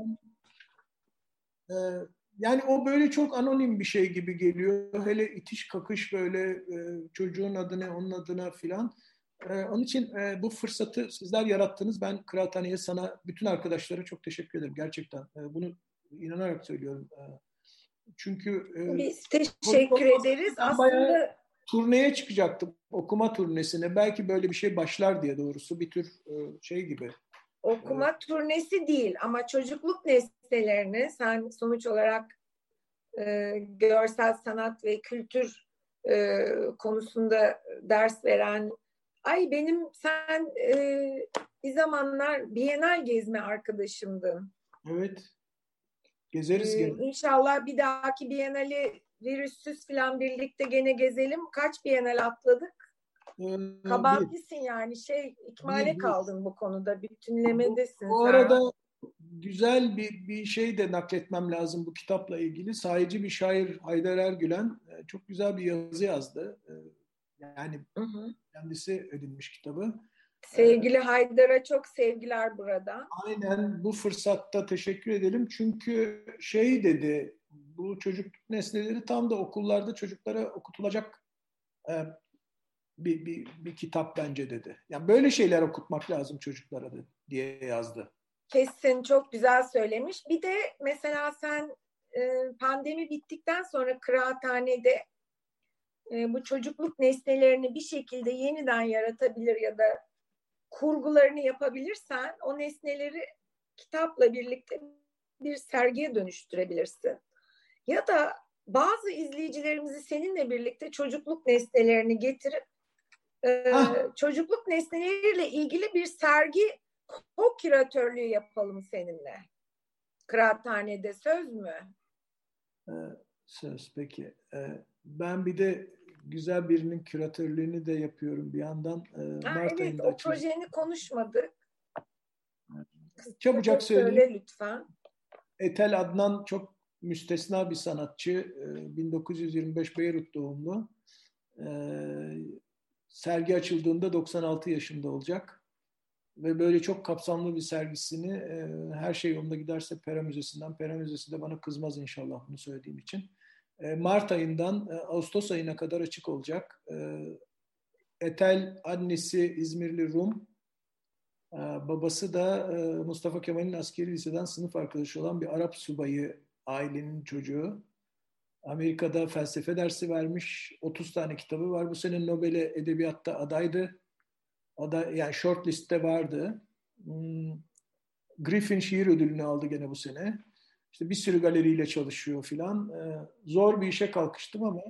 Yani o böyle çok anonim bir şey gibi geliyor. Hele itiş kakış böyle çocuğun adına, onun adına filan. Onun için bu fırsatı sizler yarattınız. Ben Kıraathane'ye, sana, bütün arkadaşlara çok teşekkür ederim. Gerçekten bunu inanarak söylüyorum. Çünkü biz teşekkür ederiz. Aslında turneye çıkacaktım. Okuma turnesine. Belki böyle bir şey başlar diye, doğrusu. Bir tür şey gibi. Okuma turnesi değil ama çocukluk nesnelerini sen sonuç olarak görsel sanat ve kültür konusunda ders veren, sen bir zamanlar Bienal gezme arkadaşımdın. Evet. Gezeriz gene. İnşallah bir dahaki Bienali virüssüz falan birlikte gene gezelim. Kaç Bienal atladık? Kabahatlisin yani ikmale kaldın bu konuda. Bütünlemedesin bu arada güzel bir şey de nakletmem lazım bu kitapla ilgili. Sahici bir şair Haydar Ergülen çok güzel bir yazı yazdı. Yani kendisi edinmiş kitabı. Sevgili Haydar'a çok sevgiler burada. Aynen, bu fırsatta teşekkür edelim. Çünkü dedi, bu çocuk nesneleri tam da okullarda çocuklara okutulacak bir kitap bence dedi. Yani böyle şeyler okutmak lazım çocuklara diye yazdı. Kesin, çok güzel söylemiş. Bir de mesela sen pandemi bittikten sonra kıraathanede bu çocukluk nesnelerini bir şekilde yeniden yaratabilir ya da kurgularını yapabilirsen o nesneleri kitapla birlikte bir sergiye dönüştürebilirsin. Ya da bazı izleyicilerimizi seninle birlikte çocukluk nesnelerini getirip çocukluk nesneleriyle ilgili bir sergi küratörlüğü yapalım seninle. Kıraathanede, söz mü? Söz, peki. Ben bir de güzel birinin küratörlüğünü de yapıyorum bir yandan. Mart ayında o projeni konuşmadık. Çabucak söyleyeyim. Söyle lütfen. Etel Adnan çok müstesna bir sanatçı. 1925 Beyrut doğumlu. Sergi açıldığında 96 yaşında olacak. Ve böyle çok kapsamlı bir sergisini, her şey yolunda giderse Pera Müzesi'nden, Pera Müzesi de bana kızmaz inşallah bunu söylediğim için, Mart ayından Ağustos ayına kadar açık olacak. Etel annesi İzmirli Rum, babası da Mustafa Kemal'in askeri liseden sınıf arkadaşı olan bir Arap subayı ailenin çocuğu. Amerika'da felsefe dersi vermiş, 30 tane kitabı var. Bu sene Nobel'e edebiyatta adaydı. Yani short liste vardı. Griffin Şiir Ödülünü aldı gene bu sene. İşte bir sürü galeriyle çalışıyor filan. Zor bir işe kalkıştım ama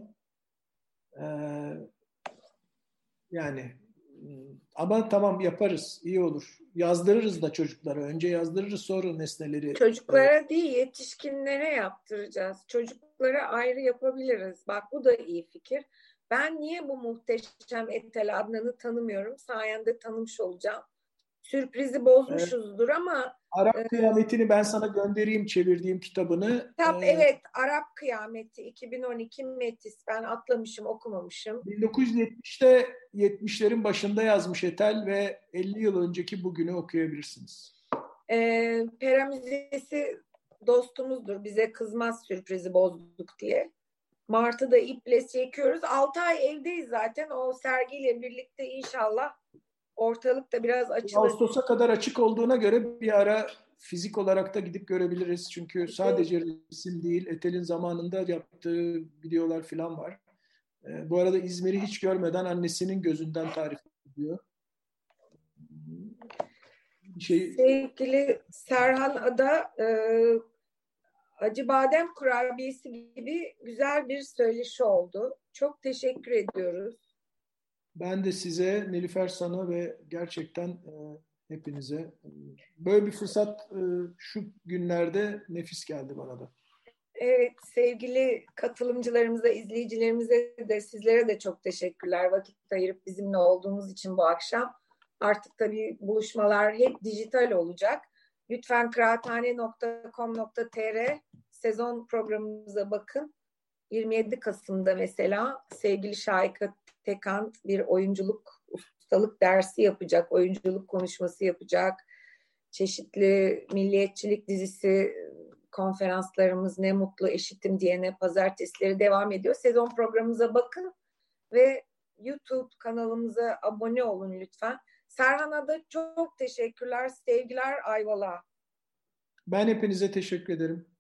yani ama tamam, yaparız. İyi olur. Yazdırırız da çocuklara. Önce yazdırırız, sonra nesneleri. Çocuklara değil, yetişkinlere yaptıracağız. Çocuklara ayrı yapabiliriz. Bak, bu da iyi fikir. Ben niye bu muhteşem Etel Adnan'ı tanımıyorum? Sayende tanımış olacağım. Sürprizi bozmuşuzdur ama Arap Kıyameti'ni ben sana göndereyim, çevirdiğim kitabını. Evet, Arap Kıyameti 2012 Metis. Ben atlamışım, okumamışım. 1970'te 70'lerin başında yazmış Etel ve 50 yıl önceki bugünü okuyabilirsiniz. Pera Müzesi dostumuzdur. Bize kızmaz sürprizi bozduk diye. Mart'ı da iple çekiyoruz. 6 ay evdeyiz zaten. O sergiyle birlikte inşallah ortalık da biraz açılır. Ağustos'a kadar açık olduğuna göre bir ara fizik olarak da gidip görebiliriz. Çünkü sadece resim değil, Etel'in zamanında yaptığı videolar falan var. Bu arada İzmir'i hiç görmeden annesinin gözünden tarif ediyor. Sevgili Serhan Ada, acı badem kurabiyesi gibi güzel bir söyleşi oldu. Çok teşekkür ediyoruz. Ben de size, Nilüfer, sana ve gerçekten hepinize böyle bir fırsat şu günlerde nefis geldi bana da. Evet, sevgili katılımcılarımıza, izleyicilerimize de, sizlere de çok teşekkürler. Vakit ayırıp bizimle olduğunuz için bu akşam. Artık tabii buluşmalar hep dijital olacak. Lütfen kıraathane.com.tr sezon programımıza bakın. 27 Kasım'da mesela sevgili Şahika Tekant bir oyunculuk ustalık dersi yapacak, oyunculuk konuşması yapacak. Çeşitli milliyetçilik dizisi konferanslarımız Ne Mutlu Eşitim diyene pazartesileri devam ediyor. Sezon programımıza bakın ve YouTube kanalımıza abone olun lütfen. Serhan'a da çok teşekkürler, sevgiler Ayvalık'a. Ben hepinize teşekkür ederim.